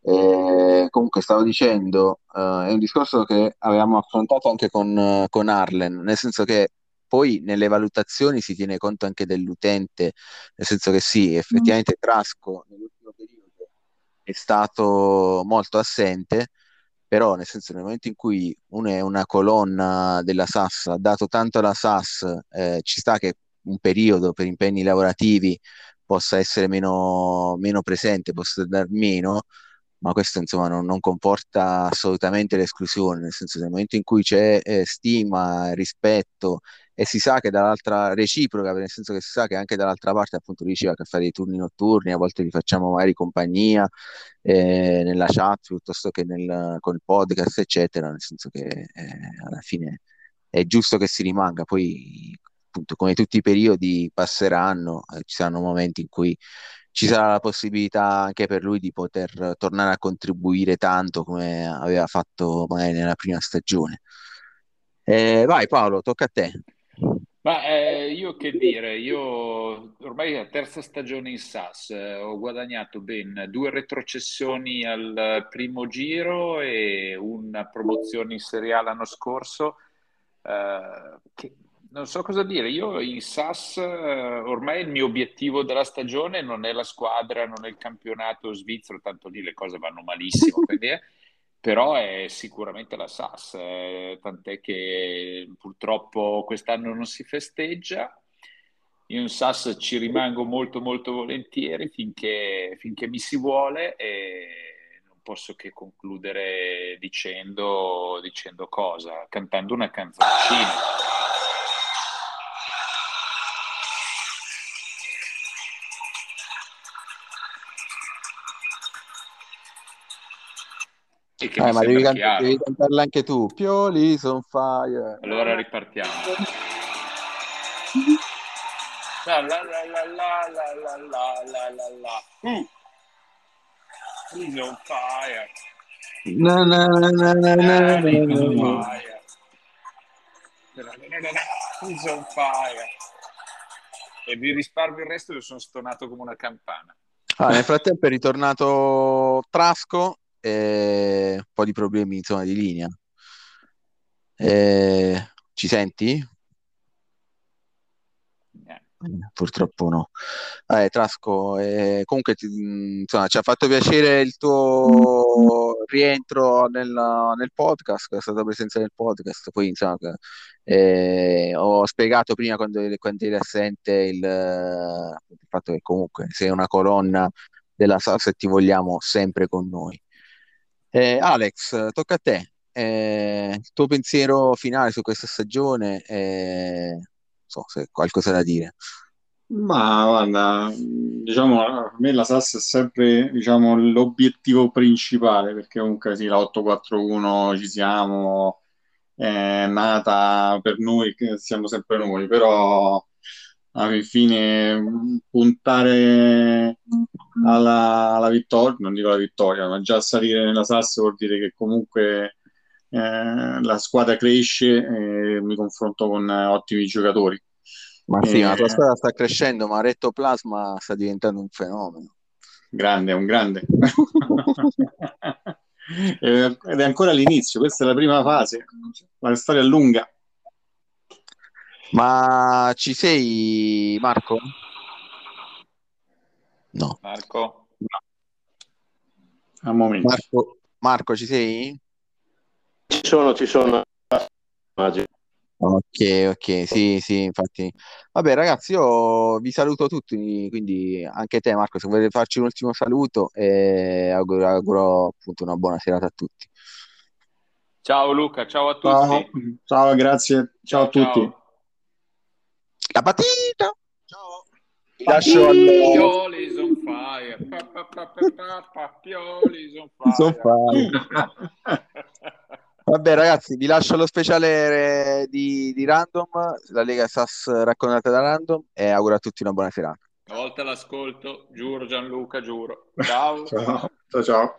[SPEAKER 3] Eh, comunque stavo dicendo, eh, è un discorso che avevamo affrontato anche con, eh, con Arlen, nel senso che poi nelle valutazioni si tiene conto anche dell'utente, nel senso che sì, effettivamente Trasco nell'ultimo periodo è stato molto assente, però nel senso nel momento in cui uno è una colonna della S A S, ha dato tanto alla S A S, eh, ci sta che un periodo per impegni lavorativi possa essere meno, meno presente, possa dar meno, ma questo insomma non, non comporta assolutamente l'esclusione, nel senso che nel momento in cui c'è eh, stima, rispetto e si sa che dall'altra reciproca, nel senso che si sa che anche dall'altra parte appunto lui diceva che fa dei turni notturni, a volte li facciamo magari compagnia eh, nella chat piuttosto che nel, con il podcast, eccetera, nel senso che eh, alla fine è giusto che si rimanga, poi appunto come tutti i periodi passeranno, eh, ci saranno momenti in cui ci sarà la possibilità anche per lui di poter tornare a contribuire tanto come aveva fatto magari nella prima stagione. Eh, vai Paolo, tocca a te.
[SPEAKER 1] Ma eh, io che dire, io ormai è la terza stagione in S A S, eh, ho guadagnato ben due retrocessioni al primo giro e una promozione in Serie A l'anno scorso, eh, che non so cosa dire, io in S A S eh, ormai il mio obiettivo della stagione non è la squadra, non è il campionato svizzero, tanto lì le cose vanno malissimo, quindi è però è sicuramente la S A S, eh, tant'è che purtroppo quest'anno non si festeggia. Io in S A S ci rimango molto molto volentieri finché, finché mi si vuole e non posso che concludere dicendo, dicendo cosa? Cantando una canzoncina. E che
[SPEAKER 3] Eh,
[SPEAKER 1] mi
[SPEAKER 3] ma devi,
[SPEAKER 1] sembra
[SPEAKER 3] cant- devi
[SPEAKER 1] chiaro.
[SPEAKER 3] cantarla anche tu. Pioli on fire. Na,
[SPEAKER 1] Allora
[SPEAKER 3] na,
[SPEAKER 1] ripartiamo.
[SPEAKER 3] na,
[SPEAKER 1] La la la la la la la la la la la. Uh, he's on fire.
[SPEAKER 3] na, na, na, na, na, na,
[SPEAKER 1] And he's on
[SPEAKER 3] na.
[SPEAKER 1] fire. He's on fire. E vi risparmio il resto, io sono stonato come una campana.
[SPEAKER 3] Ah, nel frattempo è ritornato Trasco e un po' di problemi insomma di linea. Eh, ci senti?
[SPEAKER 1] Eh.
[SPEAKER 3] Purtroppo no. Eh, Trasco, eh, comunque ti- mh, insomma, ci ha fatto piacere il tuo rientro nel, nel podcast, questa tua presenza nel podcast. Poi insomma, che- eh, ho spiegato prima quando, quando eri assente il, il fatto che comunque sei una colonna della S A S e ti vogliamo sempre con noi. Eh, Alex, tocca a te. Eh, il tuo pensiero finale su questa stagione, eh, non so se hai qualcosa da dire.
[SPEAKER 2] Ma guarda, diciamo, a me la S A S è sempre, diciamo, l'obiettivo principale, perché comunque sì, la otto quattro uno ci siamo, è nata per noi, che siamo sempre noi, però alla fine mh, puntare alla, alla vittoria, non dico la vittoria, ma già salire nella S A S vuol dire che comunque eh, la squadra cresce e mi confronto con eh, ottimi giocatori.
[SPEAKER 3] Ma sì, ma la tua
[SPEAKER 2] Eh,
[SPEAKER 3] squadra sta crescendo, ma Retto Plasma sta diventando un fenomeno.
[SPEAKER 2] grande, è un grande. Eh, Ed è ancora all'inizio, questa è la prima fase, la storia è lunga.
[SPEAKER 3] Ma ci sei, Marco? No.
[SPEAKER 1] Marco?
[SPEAKER 2] Al momento.
[SPEAKER 3] Marco, Marco, ci sei?
[SPEAKER 5] Ci sono, ci sono. Immagino.
[SPEAKER 3] Ok, ok, sì, sì, infatti. Vabbè, ragazzi, io vi saluto tutti, quindi anche te, Marco, se volete farci un ultimo saluto e auguro, auguro appunto una buona serata a tutti.
[SPEAKER 1] Ciao Luca, ciao a
[SPEAKER 2] Ciao,
[SPEAKER 1] tutti.
[SPEAKER 2] ciao, grazie, ciao a
[SPEAKER 1] Ciao,
[SPEAKER 2] tutti.
[SPEAKER 1] ciao.
[SPEAKER 3] La partita! Ciao! Vi
[SPEAKER 6] Sì.
[SPEAKER 3] lascio al...
[SPEAKER 1] Pioli is on fire. Pa, pa, pa, pa, pa, pa, Pioli is on
[SPEAKER 3] So
[SPEAKER 1] fire.
[SPEAKER 3] fare. Vabbè, ragazzi, vi lascio lo speciale di, di Random, la Lega S A S raccontata da Random, e auguro a tutti una buona serata.
[SPEAKER 1] Una volta l'ascolto, giuro Gianluca, giuro. Ciao.
[SPEAKER 2] Ciao, ciao, ciao.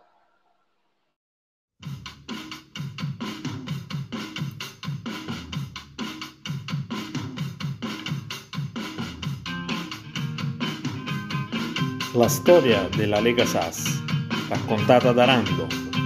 [SPEAKER 7] La storia della Lega S A S, raccontata da Random.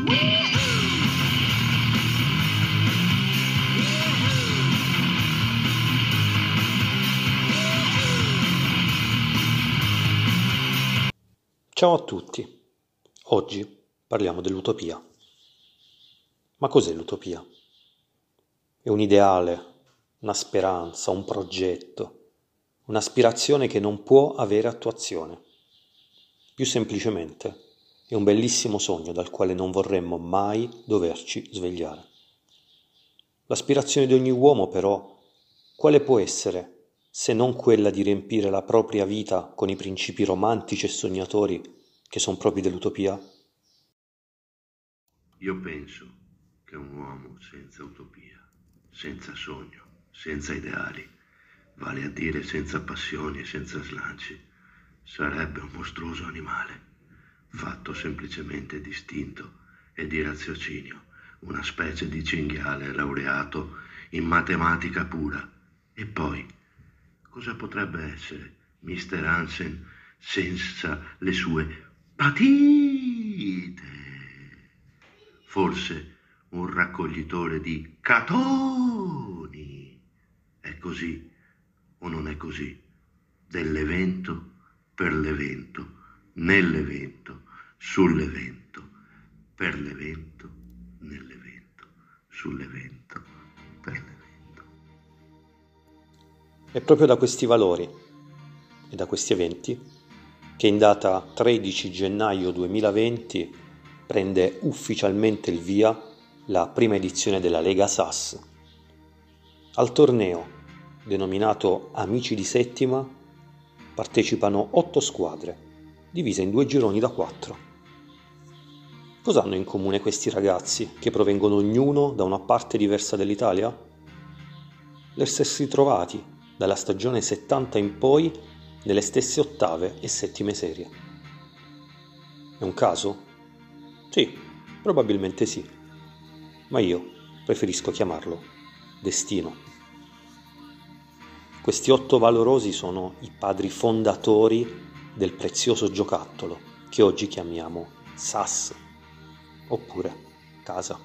[SPEAKER 8] Ciao a tutti, oggi parliamo dell'utopia. Ma cos'è l'utopia? È un ideale, una speranza, un progetto, un'aspirazione che non può avere attuazione. Più semplicemente, è un bellissimo sogno dal quale non vorremmo mai doverci svegliare. L'aspirazione di ogni uomo, però, quale può essere se non quella di riempire la propria vita con i principi romantici e sognatori che sono propri dell'utopia?
[SPEAKER 9] Io penso che un uomo senza utopia, senza sogno, senza ideali, vale a dire senza passioni e senza slanci, sarebbe un mostruoso animale, fatto semplicemente di istinto e di raziocinio, una specie di cinghiale laureato in matematica pura. E poi, cosa potrebbe essere mister Hansen senza le sue patite? Forse un raccoglitore di catoni. È così o non è così? Dell'evento per l'evento, nell'evento, sull'evento, per l'evento, nell'evento, sull'evento, per l'evento.
[SPEAKER 8] È proprio da questi valori e da questi eventi che in data tredici gennaio duemilaventi prende ufficialmente il via la prima edizione della Lega S A S. Al torneo, denominato Amici di Settima, partecipano otto squadre, divise in due gironi da quattro. Cosa hanno in comune questi ragazzi, che provengono ognuno da una parte diversa dell'Italia? L'essersi trovati dalla stagione settanta in poi nelle stesse ottave e settime serie. È un caso? Sì, probabilmente sì, ma io preferisco chiamarlo destino. Questi otto valorosi sono i padri fondatori del prezioso giocattolo che oggi chiamiamo S A S, oppure casa.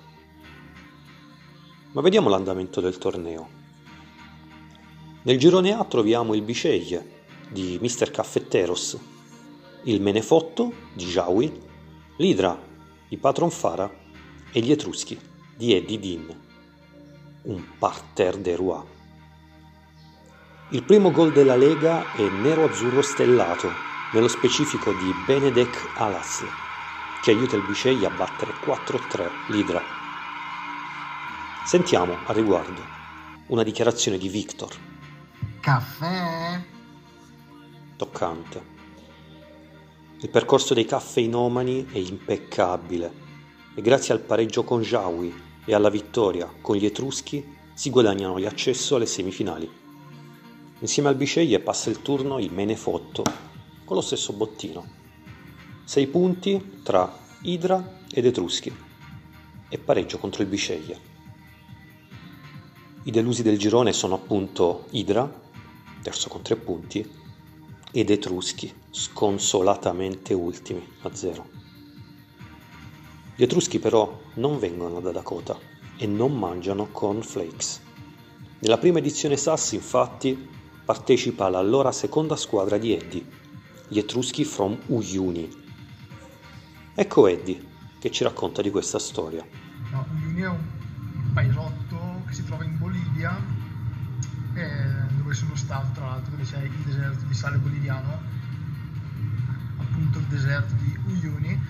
[SPEAKER 8] Ma vediamo l'andamento del torneo. Nel girone A troviamo il Biceglie di mister Caffetteros, il Menefotto di Jawi, l'Idra di Patron Fara e gli Etruschi di Eddie Dean. Un parterre de roi. Il primo gol della Lega è nero-azzurro stellato, nello specifico di Benedek Alas, che aiuta il Bisceglie a battere quattro a tre l'Hydra. Sentiamo a riguardo una dichiarazione di Victor.
[SPEAKER 10] Caffè?
[SPEAKER 8] Toccante. Il percorso dei caffeinomani è impeccabile e grazie al pareggio con Jaui e alla vittoria con gli Etruschi si guadagnano l'accesso alle semifinali. Insieme al Bisceglie passa il turno il Menefotto con lo stesso bottino. Sei punti tra Hydra ed Etruschi e pareggio contro il Bisceglie. I delusi del girone sono appunto Hydra, terzo con tre punti, ed Etruschi, sconsolatamente ultimi a zero. Gli Etruschi però non vengono da Dakota e non mangiano cornflakes. Nella prima edizione S A S, infatti, partecipa all'allora seconda squadra di Eddie, gli Etruschi from Uyuni. Ecco Eddie che ci racconta di questa storia.
[SPEAKER 11] No, Uyuni è un paesotto che si trova in Bolivia, eh, dove sono stato tra l'altro, dove c'è il deserto di sale boliviano, appunto il deserto di Uyuni,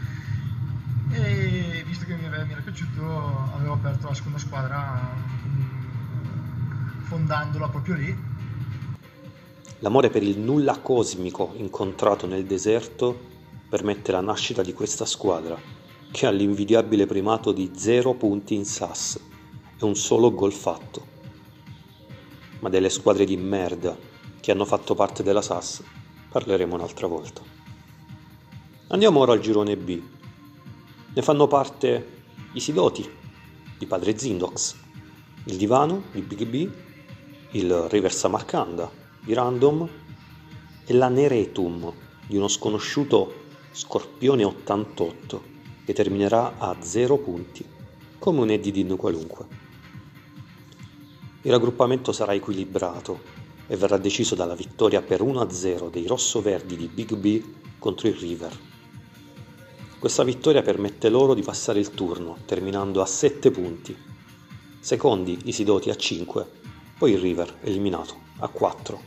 [SPEAKER 11] e visto che mi, aveva, mi era piaciuto avevo aperto la seconda squadra fondandola proprio lì.
[SPEAKER 8] L'amore per il nulla cosmico incontrato nel deserto permette la nascita di questa squadra, che ha l'invidiabile primato di zero punti in S A S e un solo gol fatto. Ma delle squadre di merda che hanno fatto parte della S A S parleremo un'altra volta. Andiamo ora al girone B. Ne fanno parte i Sidoti di Padre Zindox, il Divano di Big B, il River Samarcanda di Random e la Neretum di uno sconosciuto Scorpione ottantotto che terminerà a zero punti, come un Eddie Din qualunque. Il raggruppamento sarà equilibrato e verrà deciso dalla vittoria per uno a zero dei rossoverdi di Big B contro il River. Questa vittoria permette loro di passare il turno, terminando a sette punti. Secondi i Sidoti a cinque, poi il River eliminato a quattro.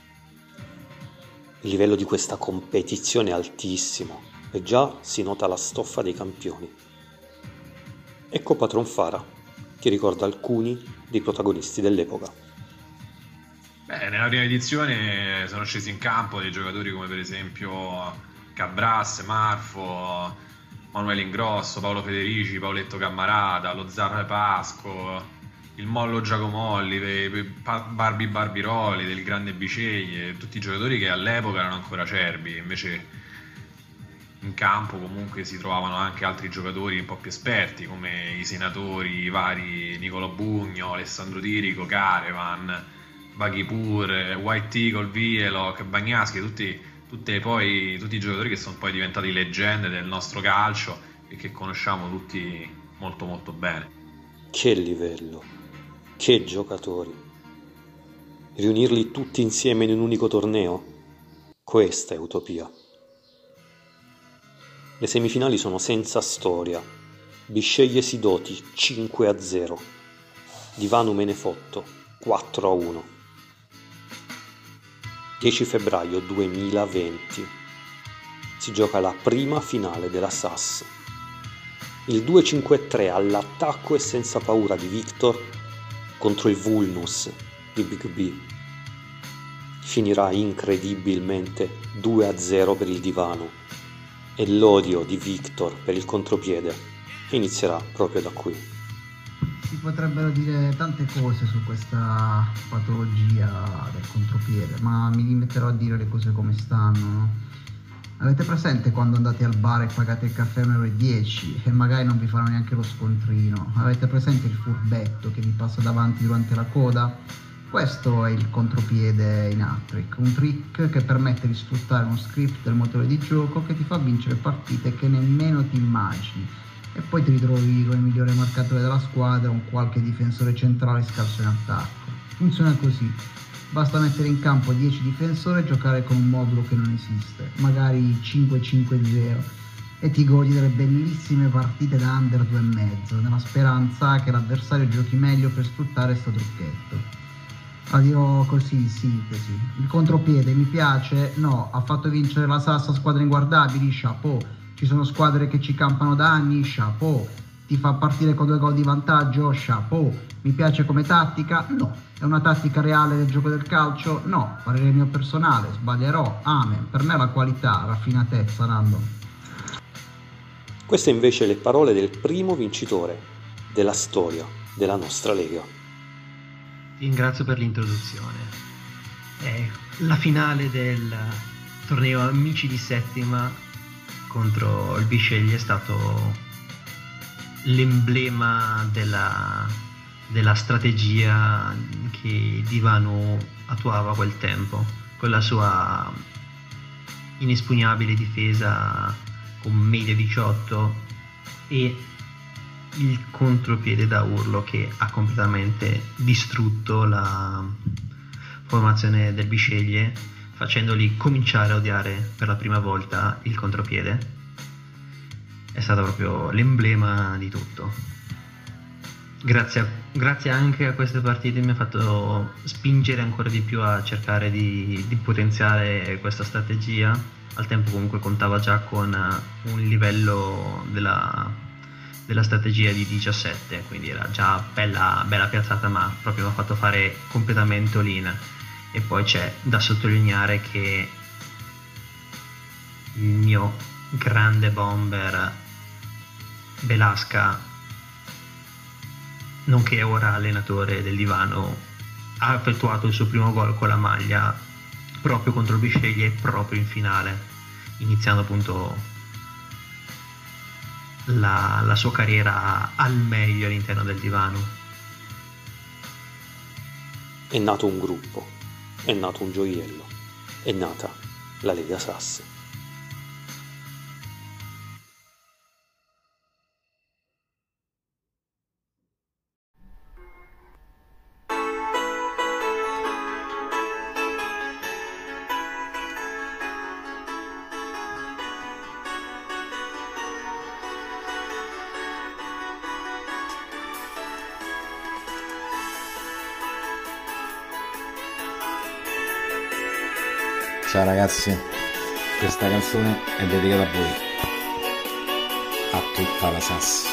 [SPEAKER 8] Il livello di questa competizione è altissimo e già si nota la stoffa dei campioni. Ecco Patron Fara, che ricorda alcuni dei protagonisti dell'epoca.
[SPEAKER 12] Beh, nella prima edizione sono scesi in campo dei giocatori come per esempio Cabras, Marfo, Manuele Ingrosso, Paolo Federici, Paoletto Cammarata, lo Zar Pasco, il Mollo Giacomolli, Barbi Barbiroli, del Grande Bisceglie, tutti i giocatori che all'epoca erano ancora acerbi. Invece in campo comunque si trovavano anche altri giocatori un po' più esperti, come i senatori vari Nicolò Bugno, Alessandro Tirico, Carevan, Baghipur, White Eagle, Vieloc, Bagnaschi, tutti, tutte poi, tutti i giocatori che sono poi diventati leggende del nostro calcio e che conosciamo tutti molto molto bene.
[SPEAKER 8] Che livello! Che giocatori! Riunirli tutti insieme in un unico torneo? Questa è utopia. Le semifinali sono senza storia. Bisceglie Sidoti cinque a zero. Divano Menefotto quattro a uno. dieci febbraio duemilaventi. Si gioca la prima finale della S A S. Il due cinque tre all'attacco e senza paura di Victor contro il Vulnus di Big B. Finirà incredibilmente due a zero per il Divano e l'odio di Victor per il contropiede inizierà proprio da qui.
[SPEAKER 10] Si potrebbero dire tante cose su questa patologia del contropiede, ma mi limiterò a dire le cose come stanno, no? Avete presente quando andate al bar e pagate il caffè a uno e dieci e magari non vi fanno neanche lo scontrino? Avete presente il furbetto che vi passa davanti durante la coda? Questo è il contropiede in hat-trick, un trick che permette di sfruttare uno script del motore di gioco che ti fa vincere partite che nemmeno ti immagini e poi ti ritrovi con il migliore marcatore della squadra, un qualche difensore centrale scarso in attacco. Funziona così. Basta mettere in campo dieci difensori e giocare con un modulo che non esiste, magari cinque cinque zero, e ti godi delle bellissime partite da under due e mezzo, nella speranza che l'avversario giochi meglio per sfruttare sto trucchetto. La dirò così in sintesi. Il contropiede mi piace? No. Ha fatto vincere la Sass a squadre inguardabili? Chapeau. Ci sono squadre che ci campano da anni? Chapeau. Ti fa partire con due gol di vantaggio? Chapeau. Mi piace come tattica? No. È una tattica reale del gioco del calcio? No. Parere mio personale, sbaglierò. Amen. Per me la qualità, raffinatezza, Nando.
[SPEAKER 8] Queste invece le parole del primo vincitore della storia della nostra Lega.
[SPEAKER 13] Ti ringrazio per l'introduzione. Eh, la finale del torneo Amici di Settima contro il Bisceglie è stato l'emblema della, della strategia che Divano attuava a quel tempo, con la sua inespugnabile difesa con media diciotto e il contropiede da urlo che ha completamente distrutto la formazione del Bisceglie, facendoli cominciare a odiare per la prima volta il contropiede. È stato proprio l'emblema di tutto. Grazie, a, grazie anche a queste partite mi ha fatto spingere ancora di più a cercare di, di potenziare questa strategia. Al tempo comunque contava già con un livello della della strategia di diciassette, quindi era già bella, bella piazzata, ma proprio mi ha fatto fare completamente all-in. E poi c'è da sottolineare che il mio grande bomber Belasca, nonché ora allenatore del Divano, ha effettuato il suo primo gol con la maglia proprio contro il Bisceglie, proprio in finale, iniziando appunto La, la sua carriera al meglio all'interno del Divano.
[SPEAKER 8] È nato un gruppo, è nato un gioiello, è nata la Lega Sass.
[SPEAKER 14] Ciao ragazzi, questa canzone è dedicata a voi, a tutta la Sass.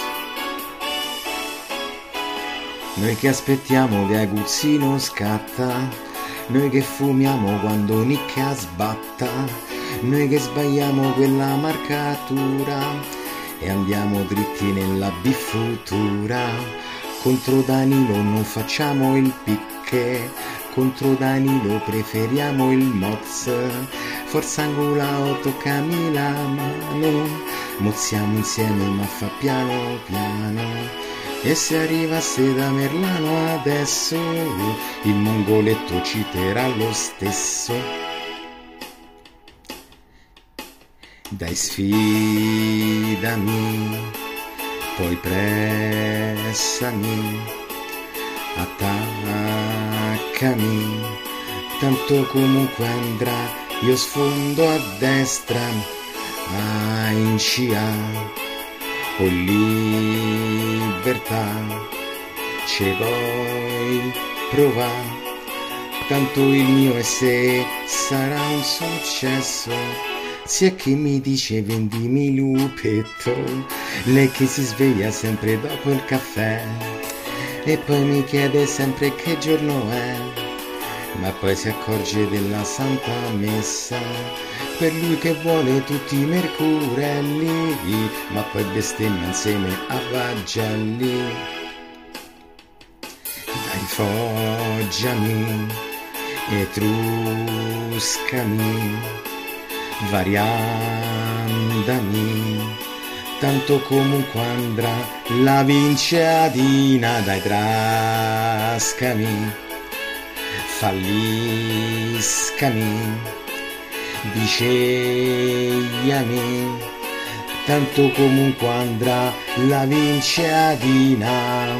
[SPEAKER 14] Noi che aspettiamo che Aguzzino scatta, noi che fumiamo quando Nicchia sbatta, noi che sbagliamo quella marcatura e andiamo dritti nella B futura. Contro Danilo non facciamo il picche, contro Danilo preferiamo il Moz. Forza Angolao, toccami la mano, mozziamo insieme ma fa piano piano. E se arrivasse da Merlano adesso, il mongoletto citerà lo stesso. Dai sfidami, poi pressami, attaccami, tanto comunque andrà, io sfondo a destra, a in scia, o libertà, ce puoi provare, tanto il mio e se sarà un successo. Sia che mi dice vendimi lupetto, lei che si sveglia sempre dopo il caffè e poi mi chiede sempre che giorno è, ma poi si accorge della Santa Messa, per lui che vuole tutti i mercurelli, ma poi bestemmia insieme a Vagelli. Dai foggiami, etruscami, variandami, tanto comunque andrà, la vince Adina. Dai trascami, falliscami, biscegliami, tanto comunque andrà, la vince Adina.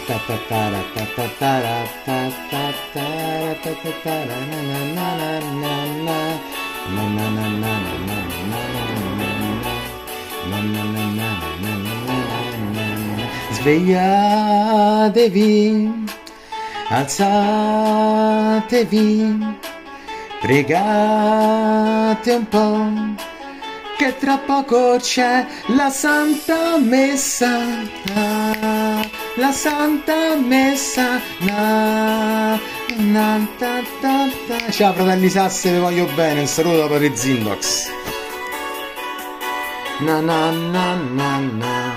[SPEAKER 14] Svegliatevi, alzatevi, pregate un po', che tra poco c'è la Santa Messa, la Santa Messa. Na, na, ta, ta, ta. Ciao fratelli Sasse, vi voglio bene, un saluto per i Zindox. Na na na na na.